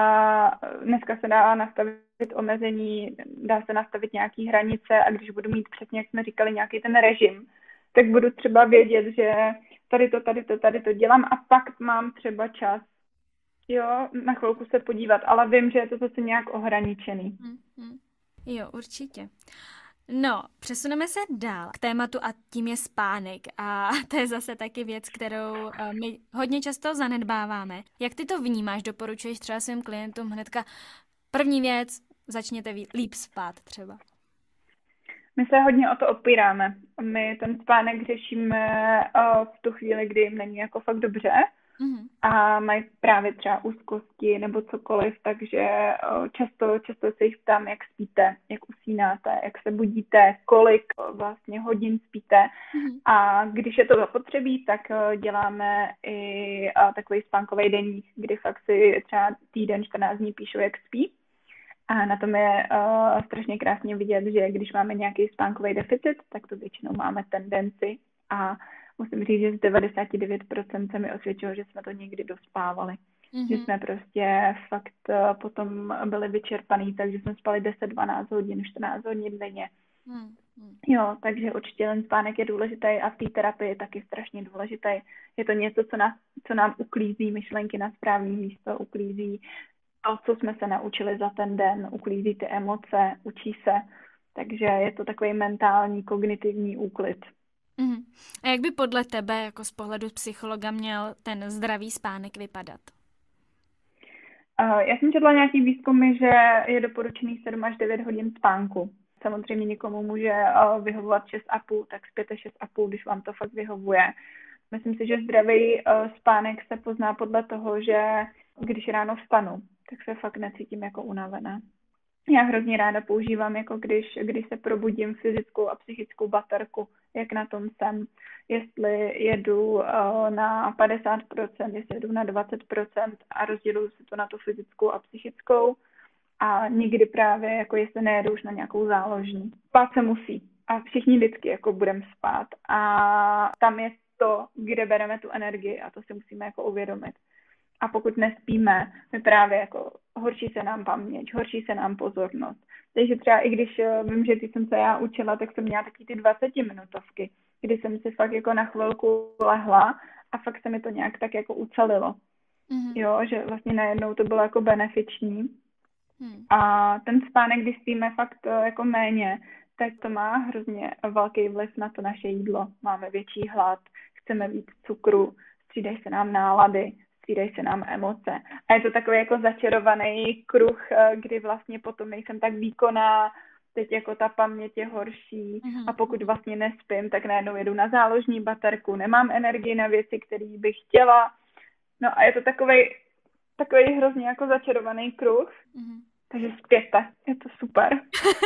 A dneska se dá nastavit omezení, dá se nastavit nějaký hranice a když budu mít přesně, jak jsme říkali, nějaký ten režim, tak budu třeba vědět, že tady to, tady to, tady to dělám a pak mám třeba čas, jo, na chvilku se podívat, ale vím, že je to zase nějak ohraničený. Mm-hmm. Jo, určitě. No, přesuneme se dál k tématu a tím je spánek a to je zase taky věc, kterou my hodně často zanedbáváme. Jak ty to vnímáš? Doporučuješ třeba svým klientům hnedka první věc, začněte líp spát třeba? My se hodně o to opíráme. My ten spánek řešíme v tu chvíli, kdy jim není jako fakt dobře. Mm-hmm. A mají právě třeba úzkosti nebo cokoliv, takže často, často se jich ptám, jak spíte, jak usínáte, jak se budíte, kolik vlastně hodin spíte. Mm-hmm. A když je to zapotřebí, tak děláme i takový spánkový deník, kdy fakt si třeba týden, čtrnáct dní píšu, jak spí. A na tom je uh, strašně krásně vidět, že když máme nějaký spánkový deficit, tak to většinou máme tendenci a musím říct, že z devadesát devět procent se mi osvědčilo, že jsme to někdy dospávali. Mm-hmm. Že jsme prostě fakt uh, potom byli vyčerpaný, takže jsme spali deset dvanáct hodin, čtrnáct hodin denně. Mm-hmm. Jo, takže určitě ten spánek je důležitý a v té terapii je taky strašně důležitý. Je to něco, co, nás, co nám uklízí myšlenky na správné místo, uklízí to, co jsme se naučili za ten den, uklízí ty emoce, učí se. Takže je to takový mentální, kognitivní úklid. Mm. A jak by podle tebe, jako z pohledu psychologa, měl ten zdravý spánek vypadat? Uh, já jsem četla nějaký výzkumy, že je doporučený sedm až devět hodin spánku. Samozřejmě někomu může uh, vyhovovat šest a půl, tak spěte šest a půl, když vám to fakt vyhovuje. Myslím si, že zdravý uh, spánek se pozná podle toho, že když ráno vstanu, tak se fakt necítím jako unavená. Já hrozně ráda používám, jako když, když se probudím, fyzickou a psychickou baterku, jak na tom jsem. Jestli jedu uh, na padesát procent, jestli jedu na dvacet procent a rozděluju si to na tu fyzickou a psychickou. A nikdy právě, jako jestli nejedu už na nějakou záložní. Spát se musí. A všichni vždycky jako budeme spát. A tam je to, kde bereme tu energii a to si musíme jako uvědomit. A pokud nespíme, my právě jako horší se nám paměť, horší se nám pozornost. Takže třeba i když vím, že když jsem se já učila, tak jsem měla taky ty dvacetiminutovky, kdy jsem si fakt jako na chvilku lehla a fakt se mi to nějak tak jako ucelilo. Mm-hmm. Jo, že vlastně najednou to bylo jako benefiční. Hmm. A ten spánek, když spíme fakt jako méně, tak to má hrozně velký vliv na to naše jídlo. Máme větší hlad, chceme víc cukru, střídají se nám nálady, střídají se nám emoce. A je to takový jako začarovaný kruh, kdy vlastně potom nejsem tak výkonná, teď jako ta paměť je horší hmm. a pokud vlastně nespím, tak najednou jedu na záložní baterku, nemám energii na věci, které bych chtěla. No a je to takový takový hrozně jako začarovaný kruh. Mm-hmm. Takže zpěte, je to super.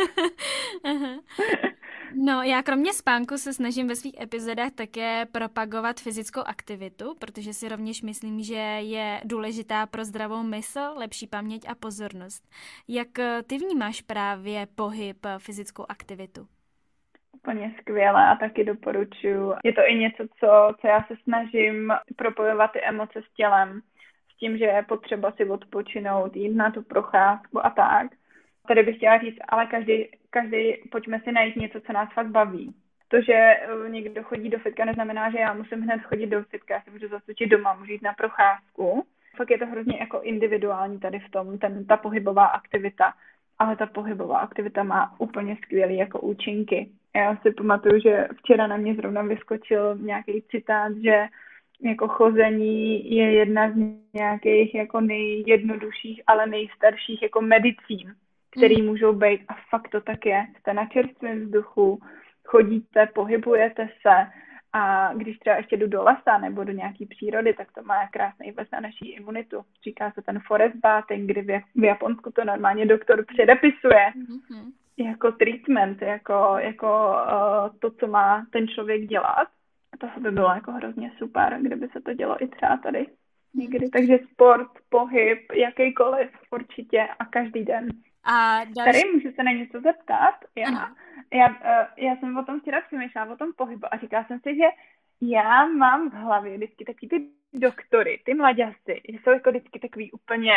No, já kromě spánku se snažím ve svých epizodách také propagovat fyzickou aktivitu, protože si rovněž myslím, že je důležitá pro zdravou mysl, lepší paměť a pozornost. Jak ty vnímáš právě pohyb, fyzickou aktivitu? Úplně skvěle a taky doporučuji. Je to i něco, co, co já se snažím propojovat ty emoce s tělem. S tím, že je potřeba si odpočinout, jít na tu procházku a tak. Tady bych chtěla říct, ale každý, každý, pojďme si najít něco, co nás fakt baví. To, že někdo chodí do fitka, neznamená, že já musím hned chodit do fitka, já si můžu zacvičit doma, můžu jít na procházku. Fakt je to hrozně jako individuální tady v tom, ten, ta pohybová aktivita. Ale ta pohybová aktivita má úplně skvělý jako účinky. Já si pamatuju, že včera na mě zrovna vyskočil nějaký citát, že jako chození je jedna z nějakých jako nejjednodušších, ale nejstarších jako medicín, který mm. můžou být a fakt to tak je. Jste na čerstvém vzduchu, chodíte, pohybujete se a když třeba ještě jdu do lesa nebo do nějaký přírody, tak to má krásný vliv na naší imunitu. Říká se ten forest bathing, kdy v Japonsku to normálně doktor předepisuje mm-hmm. jako treatment, jako, jako uh, to, co má ten člověk dělat. To by bylo jako hrozně super, kdyby se to dělo i třeba tady někdy. Takže sport, pohyb, jakýkoliv určitě a každý den. A další... Tady můžu se na něco zeptat? Já, já, já jsem o tom včera přemýšlela, o tom pohybu a říkala jsem si, že já mám v hlavě vždycky taky ty doktory, ty mlaďasy, že jsou jako vždycky takový úplně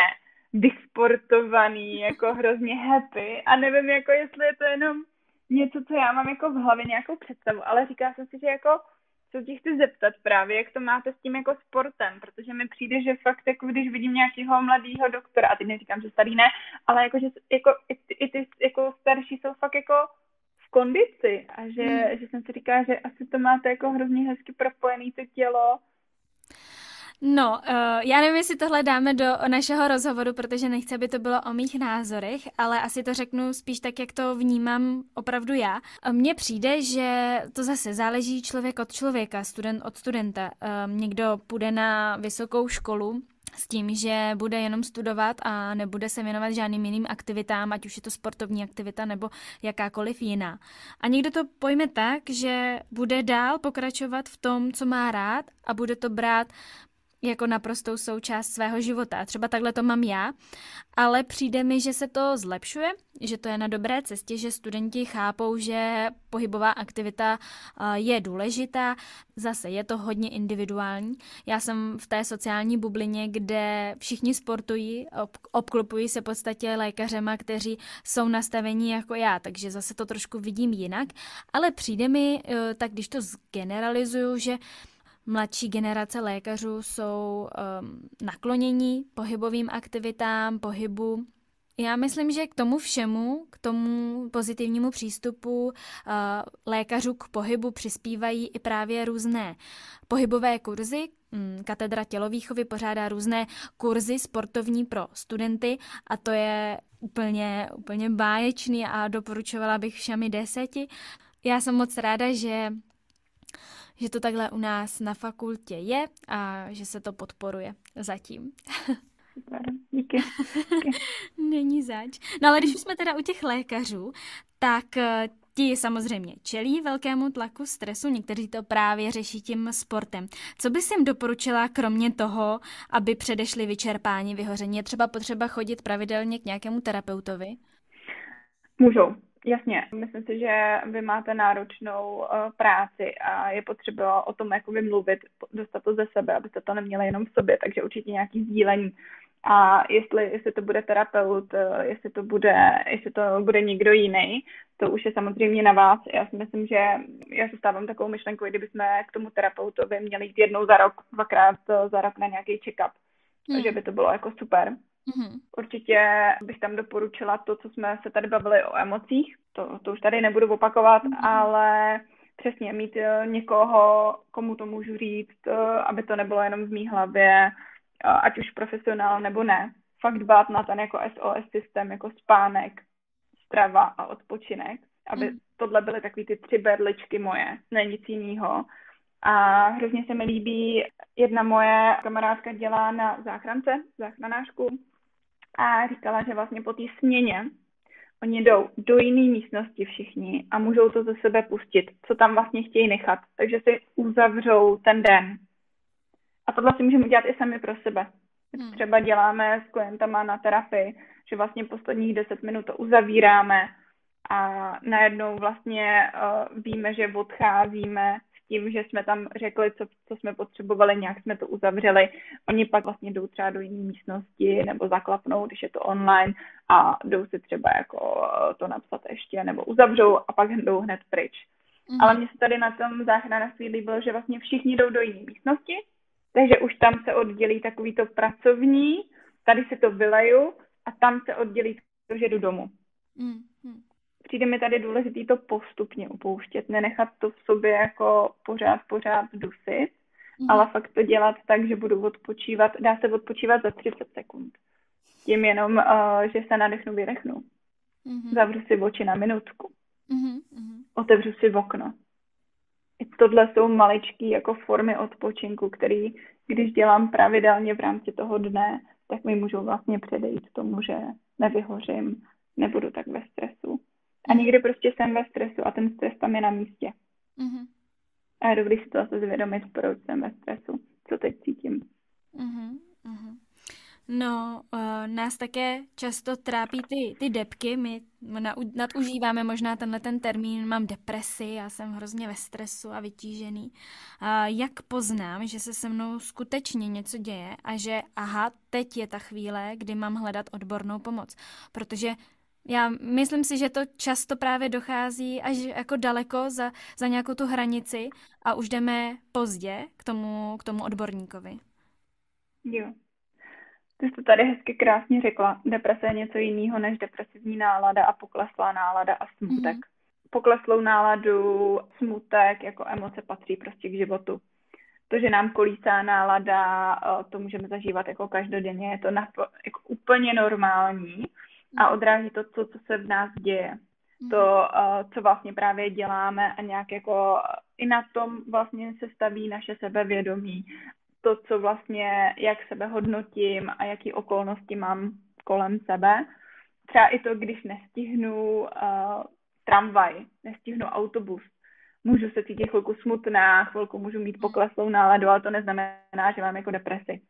vysportovaný, jako hrozně happy a nevím, jako jestli je to jenom něco, co já mám jako v hlavě nějakou představu, ale říkala jsem si, že jako co ti chci zeptat právě, jak to máte s tím jako sportem, protože mi přijde, že fakt jako když vidím nějakého mladého doktora, a teď neříkám, že starý ne, ale jako, že jako, i, i ty jako starší jsou fakt jako v kondici a že, mm. že jsem si říkala, že asi to máte jako hrozně hezky propojený to tělo. No, uh, já nevím, jestli tohle dáme do našeho rozhovoru, protože nechci, aby to bylo o mých názorech, ale asi to řeknu spíš tak, jak to vnímám opravdu já. Mně přijde, že to zase záleží člověk od člověka, student od studenta. Uh, někdo půjde na vysokou školu s tím, že bude jenom studovat a nebude se věnovat žádným jiným aktivitám, ať už je to sportovní aktivita nebo jakákoliv jiná. A někdo to pojme tak, že bude dál pokračovat v tom, co má rád a bude to brát jako naprostou součást svého života. Třeba takhle to mám já, ale přijde mi, že se to zlepšuje, že to je na dobré cestě, že studenti chápou, že pohybová aktivita je důležitá. Zase je to hodně individuální. Já jsem v té sociální bublině, kde všichni sportují, obklopují se v podstatě lékařema, kteří jsou nastavení jako já, takže zase to trošku vidím jinak, ale přijde mi, tak když to zgeneralizuju, že mladší generace lékařů jsou um, naklonění pohybovým aktivitám, pohybu. Já myslím, že k tomu všemu, k tomu pozitivnímu přístupu uh, lékařů k pohybu přispívají i právě různé pohybové kurzy. Katedra tělovýchovy pořádá různé kurzy sportovní pro studenty a to je úplně, úplně báječný a doporučovala bych všemi deseti. Já jsem moc ráda, že že to takhle u nás na fakultě je a že se to podporuje zatím. Super, díky. díky. Není zač. No ale když už jsme teda u těch lékařů, tak eh, ti samozřejmě čelí velkému tlaku stresu, někteří to právě řeší tím sportem. Co bys jim doporučila, kromě toho, aby předešli vyčerpání, vyhoření? Je třeba potřeba chodit pravidelně k nějakému terapeutovi? Můžou, jasně. Myslím si, že vy máte náročnou uh, práci a je potřeba o tom jakoby mluvit, dostat to ze sebe, abyste to neměli jenom v sobě, takže určitě nějaký sdílení. A jestli, jestli to bude terapeut, uh, jestli to bude, jestli to bude někdo jiný, to už je samozřejmě na vás. Já si myslím, že já se stávám takovou myšlenkou, kdybychom k tomu terapeutovi měli jít jednou za rok, dvakrát za rok na nějaký check-up, hmm. že by to bylo jako super. Mm-hmm. Určitě bych tam doporučila to, co jsme se tady bavili o emocích. To, to už tady nebudu opakovat, mm-hmm. ale přesně mít někoho, komu to můžu říct, aby to nebylo jenom v mý hlavě, ať už profesionál nebo ne. Fakt dbát na ten jako S O S systém, jako spánek, strava a odpočinek, aby mm-hmm. tohle byly takový ty tři berličky moje, ne nic jinýho. A hrozně se mi líbí, jedna moje kamarádka dělá na záchrance, záchranářku, a říkala, že vlastně po té směně oni jdou do jiné místnosti všichni a můžou to ze sebe pustit, co tam vlastně chtějí nechat. Takže si uzavřou ten den. A tohle si můžeme dělat i sami pro sebe. Hmm. Třeba děláme s klientama na terapii, že vlastně posledních deset minut to uzavíráme a najednou vlastně uh, víme, že odcházíme tím, že jsme tam řekli, co, co jsme potřebovali, nějak jsme to uzavřeli. Oni pak vlastně jdou třeba do jiné místnosti nebo zaklapnou, když je to online a jdou si třeba jako to napsat ještě nebo uzavřou a pak jdou hned pryč. Mm. Ale mně se tady na tom záchranářství líbilo, že vlastně všichni jdou do jiné místnosti, takže už tam se oddělí takový to pracovní, tady si to vyleju a tam se oddělí to, že jdu domů. Mm. Přijde mi tady důležitý to postupně upouštět, nenechat to v sobě jako pořád, pořád dusit, mm. ale fakt to dělat tak, že budu odpočívat, dá se odpočívat za třicet sekund. Tím jenom, uh, že se nadechnu, vydechnu. Mm. Zavřu si oči na minutku. Mm. Otevřu si okno. I tohle jsou maličký jako formy odpočinku, který, když dělám pravidelně v rámci toho dne, tak mi můžou vlastně předejít tomu, že nevyhořím, nebudu tak ve stresu. A někdy prostě jsem ve stresu a ten stres tam je na místě. Mm-hmm. A je dobrý si to zase zvědomit, proč jsem ve stresu, co teď cítím. Mm-hmm. No, uh, nás také často trápí ty, ty depky, my na, nadužíváme možná tenhle ten termín, mám depresi, já jsem hrozně ve stresu a vytížený. Uh, jak poznám, že se se mnou skutečně něco děje a že aha, teď je ta chvíle, kdy mám hledat odbornou pomoc, protože já myslím si, že to často právě dochází až jako daleko za, za nějakou tu hranici a už jdeme pozdě k tomu, k tomu odborníkovi. Jo. Ty jsi to tady hezky krásně řekla. Deprese je něco jiného než depresivní nálada a pokleslá nálada a smutek. Mm-hmm. Pokleslou náladu, smutek jako emoce patří prostě k životu. To, že nám kolísá nálada, to můžeme zažívat jako každodenně. Je to napo- jako úplně normální. A odráží to, co, co se v nás děje. Mm. To, uh, co vlastně právě děláme a nějak jako i na tom vlastně se staví naše sebevědomí. To, co vlastně, jak sebe hodnotím a jaký okolnosti mám kolem sebe. Třeba i to, když nestihnu uh, tramvaj, nestihnu autobus. Můžu se cítit chvilku smutná, chvilku můžu mít pokleslou náladu, ale to neznamená, že mám jako depresi.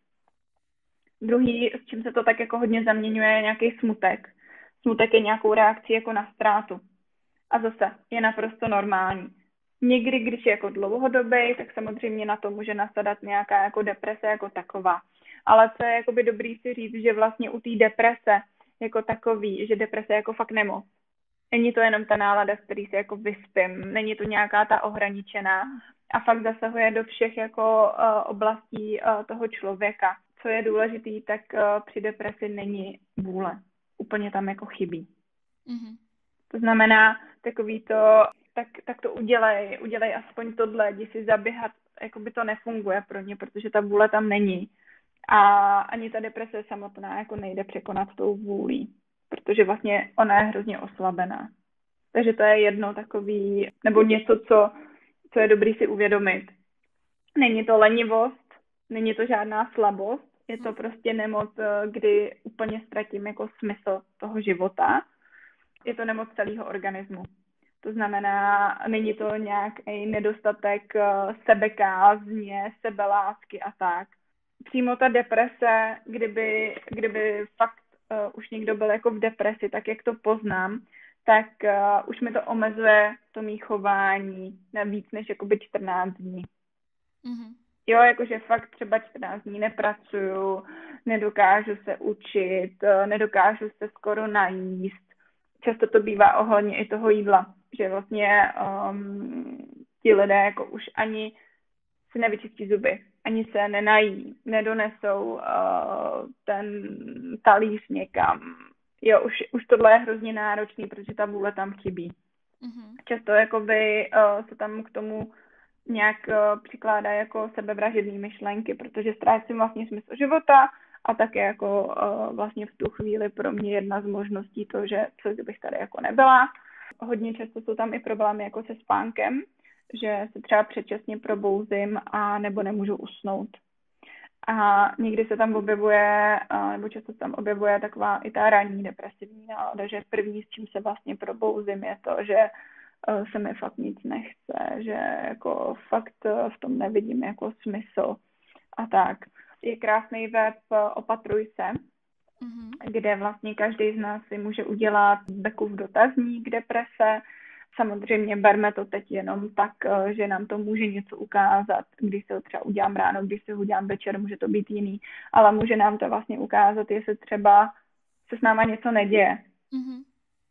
Druhý, s čím se to tak jako hodně zaměňuje, je nějaký smutek. Smutek je nějakou reakcí jako na ztrátu. A zase je naprosto normální. Někdy, když je jako dlouhodobý, tak samozřejmě na to může nasadat nějaká jako deprese jako taková. Ale co je jakoby dobrý si říct, že vlastně u té deprese jako takový, že deprese je jako fakt nemoc. Není to jenom ta nálada, z který se jako vyspím, není to nějaká ta ohraničená a fakt zasahuje do všech jako uh, oblastí uh, toho člověka. Co je důležitý, tak uh, při depresi není vůle. Úplně tam jako chybí. Mm-hmm. To znamená, takový to, tak, tak to udělej, udělej aspoň tohle, jdi si zaběhat, jako by to nefunguje pro ně, protože ta vůle tam není. A ani ta deprese samotná jako nejde překonat tou vůlí, protože vlastně ona je hrozně oslabená. Takže to je jedno takový, nebo něco, co, co je dobrý si uvědomit. Není to lenivost, není to žádná slabost, Je to prostě nemoc, kdy úplně ztratím jako smysl toho života. Je to nemoc celého organismu. To znamená, není to nějaký nedostatek sebekázně, sebelásky a tak. Přímo ta deprese, kdyby, kdyby fakt uh, už někdo byl jako v depresi, tak jak to poznám, tak uh, už mi to omezuje to mý chování na víc než jakoby čtrnáct dní. Mm-hmm. Jo, jakože fakt třeba čtrnáct dní nepracuju, nedokážu se učit, nedokážu se skoro najíst. Často to bývá ohledně i toho jídla, že vlastně um, ti lidé jako už ani si nevyčistí zuby, ani se nenají, nedonesou uh, ten talíř někam. Jo, už, už tohle je hrozně náročný, protože ta vůle tam chybí. Mm-hmm. Často jakoby uh, se tam k tomu nějak uh, přikládá jako sebevražedné myšlenky, protože ztrácím vlastně smysl života a také jako uh, vlastně v tu chvíli pro mě jedna z možností to, že co kdybych tady jako nebyla. Hodně často jsou tam i problémy jako se spánkem, že se třeba předčasně probouzím a nebo nemůžu usnout. A někdy se tam objevuje, uh, nebo často se tam objevuje taková i ta ranní depresivní nálada, že první, s čím se vlastně probouzím, je to, že se mi fakt nic nechce, že jako fakt v tom nevidím jako smysl a tak. Je krásný web Opatruj se, mm-hmm. kde vlastně každý z nás si může udělat Beckův dotazník deprese. Samozřejmě berme to teď jenom tak, že nám to může něco ukázat. Když se ho třeba udělám ráno, když se ho udělám večer, může to být jiný, ale může nám to vlastně ukázat, jestli třeba se s náma něco neděje. Mm-hmm.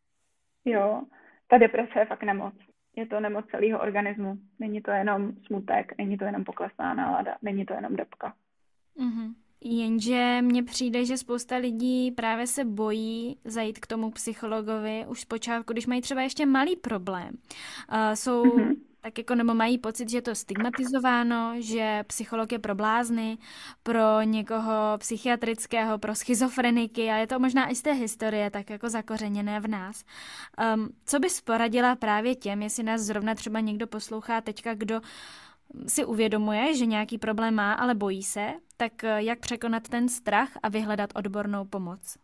Jo. Ta deprese je fakt nemoc. Je to nemoc celého organismu. Není to jenom smutek, není to jenom poklesná nálada, není to jenom depka. Mm-hmm. Jenže mně přijde, že spousta lidí právě se bojí zajít k tomu psychologovi už zpočátku, když mají třeba ještě malý problém. Uh, jsou mm-hmm. tak jako nebo mají pocit, že je to stigmatizováno, že psycholog je pro blázny, pro někoho psychiatrického, pro schizofreniky a je to možná i z té historie tak jako zakořeněné v nás. Um, co bys poradila právě těm, jestli nás zrovna třeba někdo poslouchá teďka, kdo si uvědomuje, že nějaký problém má, ale bojí se, tak jak překonat ten strach a vyhledat odbornou pomoc?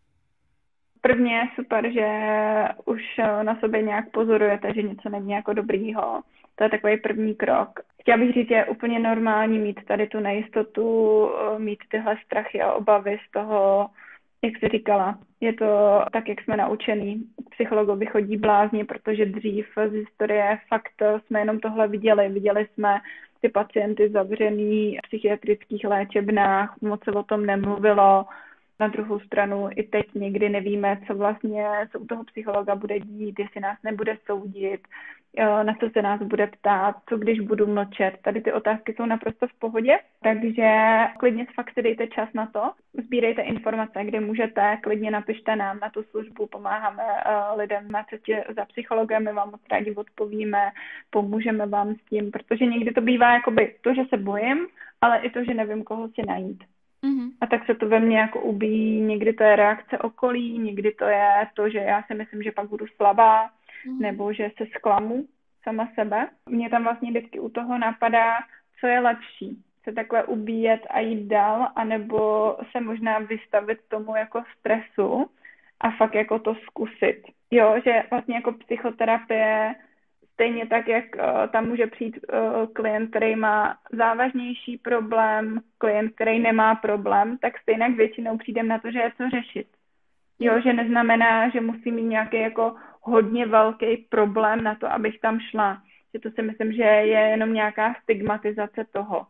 Prvně je super, že už na sobě nějak pozorujete, že něco není jako dobrýho. To je takový první krok. Chtěla bych říct, že je úplně normální mít tady tu nejistotu, mít tyhle strachy a obavy z toho, jak jsi říkala. Je to tak, jak jsme naučený. Psychologovi chodí blázni, protože dřív z historie fakt jsme jenom tohle viděli. Viděli jsme ty pacienty zavřený v psychiatrických léčebnách, moc se o tom nemluvilo. Na druhou stranu i teď někdy nevíme, co vlastně se u toho psychologa bude dít, jestli nás nebude soudit, na co se nás bude ptát, co když budu mlčet. Tady ty otázky jsou naprosto v pohodě, takže klidně fakt si dejte čas na to, sbírejte informace, kde můžete, klidně napište nám na tu službu, pomáháme lidem na cestě za psychologem, my vám moc rádi odpovíme, pomůžeme vám s tím, protože někdy to bývá jakoby to, že se bojím, ale i to, že nevím, koho si najít. Mm-hmm. A tak se to ve mně jako ubíjí, někdy to je reakce okolí, někdy to je to, že já si myslím, že pak budu slabá, mm-hmm. nebo že se zklamu sama sebe. Mně tam vlastně vždycky u toho napadá, co je lepší, se takhle ubíjet a jít dál, anebo se možná vystavit tomu jako stresu a fakt jako to zkusit. Jo, že vlastně jako psychoterapie stejně tak, jak uh, tam může přijít uh, klient, který má závažnější problém, klient, který nemá problém, tak stejně většinou přijdem na to, že je co řešit. Jo, že neznamená, že musím mít nějaký jako hodně velký problém na to, abych tam šla. Že to si myslím, že je jenom nějaká stigmatizace toho.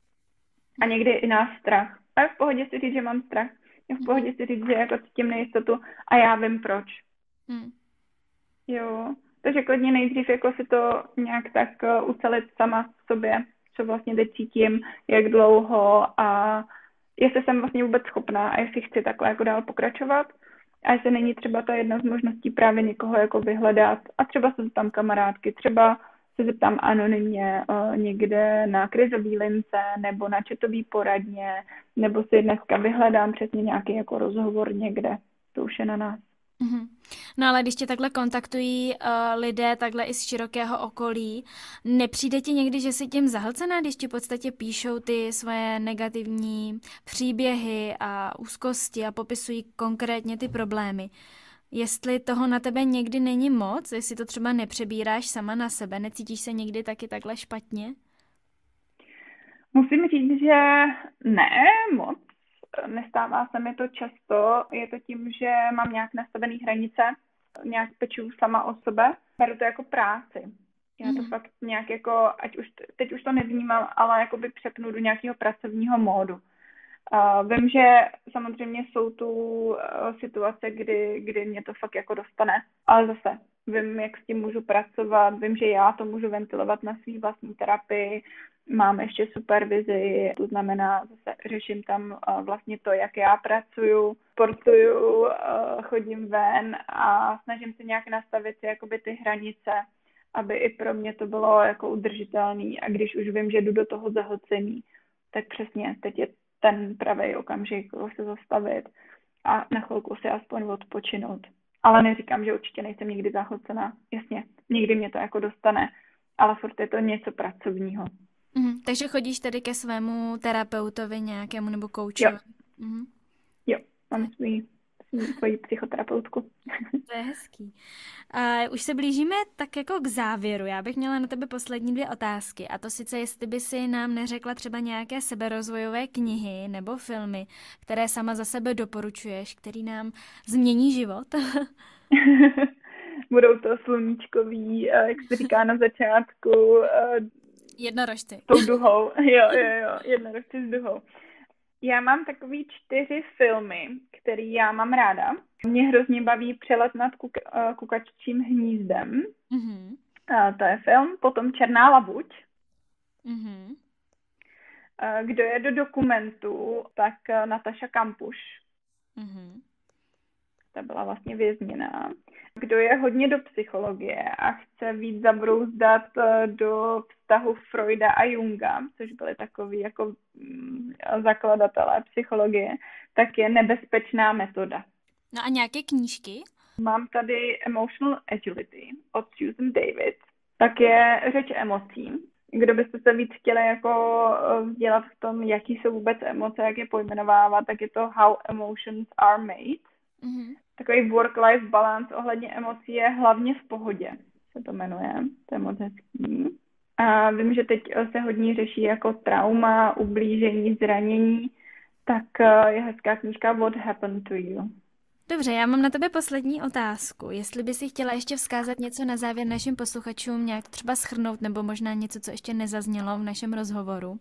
A někdy i náš strach. A je v pohodě si říct, že mám strach. Je v pohodě si říct, že jako cítím nejistotu a já vím proč. Hmm. Jo. Takže klidně nejdřív jako si to nějak tak uh, ucelit sama v sobě, co vlastně teď cítím, jak dlouho a jestli jsem vlastně vůbec schopná a jestli chci takhle jako dál pokračovat a jestli není třeba ta jedna z možností právě někoho jako vyhledat a třeba se zeptám kamarádky, třeba se zeptám anonymně uh, někde na krizový lince nebo na chatový poradně nebo si dneska vyhledám přesně nějaký jako rozhovor někde, to už je na nás. Mm-hmm. No ale když tě takhle kontaktují uh, lidé takhle i z širokého okolí, nepřijde ti někdy, že jsi tím zahlcená, když ti v podstatě píšou ty svoje negativní příběhy a úzkosti a popisují konkrétně ty problémy? Jestli toho na tebe někdy není moc, jestli to třeba nepřebíráš sama na sebe, necítíš se někdy taky takhle špatně? Musím říct, že ne moc. Nestává se mi to často. Je to tím, že mám nějak nastavený hranice, nějak peču sama o sebe. Beru to jako práci. Já to mm. fakt nějak jako, ať už, teď už to nevnímám, ale jakoby přepnu do nějakého pracovního módu. Uh, vím, že samozřejmě jsou tu uh, situace, kdy, kdy mě to fakt jako dostane, ale zase vím, jak s tím můžu pracovat, vím, že já to můžu ventilovat na svý vlastní terapii, mám ještě supervizi, to znamená, zase řeším tam uh, vlastně to, jak já pracuju, sportuju, uh, chodím ven a snažím se nějak nastavit si jakoby ty hranice, aby i pro mě to bylo jako udržitelný a když už vím, že jdu do toho zahlcení, tak přesně teď je ten pravý okamžik se zastavit a na chvilku si aspoň odpočinout. Ale neříkám, že určitě nejsem nikdy zahlcená. Jasně, někdy mě to jako dostane, ale furt je to něco pracovního. Mm, takže chodíš tedy ke svému terapeutovi nějakému nebo koučovi? Jo. Mm. Jo, mám svůj svoji psychoterapeutku. To je hezký. Uh, už se blížíme tak jako k závěru. Já bych měla na tebe poslední dvě otázky. A to sice, jestli by si nám neřekla třeba nějaké seberozvojové knihy nebo filmy, které sama za sebe doporučuješ, který nám změní život. Budou to sluníčkový, jak se říká na začátku. Jednorožci. Tou duhou. Jo, jo, jo. Jednorožci s duhou. Já mám takový čtyři filmy, které já mám ráda. Mě hrozně baví Přelet nad kuk- kukaččím hnízdem. Mm-hmm. To je film. Potom Černá labuť. Mm-hmm. Kdo je do dokumentu, tak Nataša Kampuš. Mm-hmm. Ta byla vlastně vězněná. Kdo je hodně do psychologie a chce víc zabrouzdat do vztahu Freuda a Junga, což byly takový jako zakladatelé psychologie, tak je Nebezpečná metoda. No a nějaké knížky? Mám tady Emotional Agility od Susan David. Tak je řeč emocí. Kdo byste se víc chtěli jako vzdělat v tom, jaký jsou vůbec emoce, jak je pojmenovávat, tak je to How Emotions Are Made. Mm-hmm. Takový work-life balance ohledně emocí je hlavně v pohodě, se to jmenuje. To je moc hezký. A vím, že teď se hodně řeší jako trauma, ublížení, zranění, tak je hezká knížka What Happened to You. Dobře, já mám na tebe poslední otázku. Jestli by si chtěla ještě vzkázat něco na závěr našim posluchačům, nějak třeba shrnout, nebo možná něco, co ještě nezaznělo v našem rozhovoru.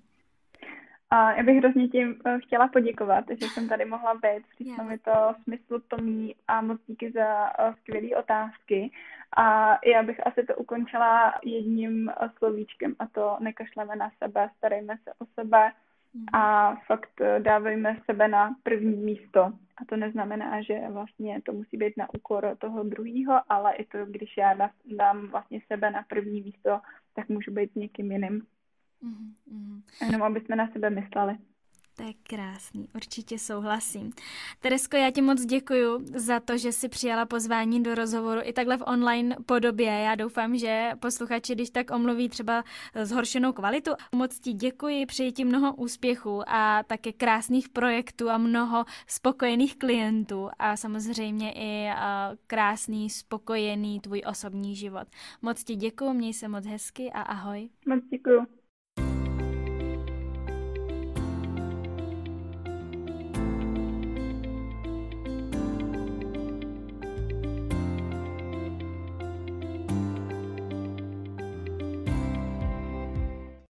A já bych hrozně tím chtěla poděkovat, že jsem tady mohla být. Přišlo mi to smysluplný a moc díky za skvělé otázky. A já bych asi to ukončila jedním slovíčkem, a to nekašleme na sebe, starejme se o sebe a fakt dávejme sebe na první místo. A to neznamená, že vlastně to musí být na úkor toho druhého, ale i to, když já dám vlastně sebe na první místo, tak můžu být s někým jiným. Mm-hmm. Jenom aby jsme na sebe mysleli. To je krásný, určitě souhlasím. Teresko, já ti moc děkuju za to, že jsi přijala pozvání do rozhovoru i takhle v online podobě. Já doufám, že posluchači, když tak omluví třeba zhoršenou kvalitu. Moc ti děkuji, přeji ti mnoho úspěchů a také krásných projektů a mnoho spokojených klientů a samozřejmě i krásný, spokojený tvůj osobní život. Moc ti děkuju, měj se moc hezky a ahoj. Moc děkuju.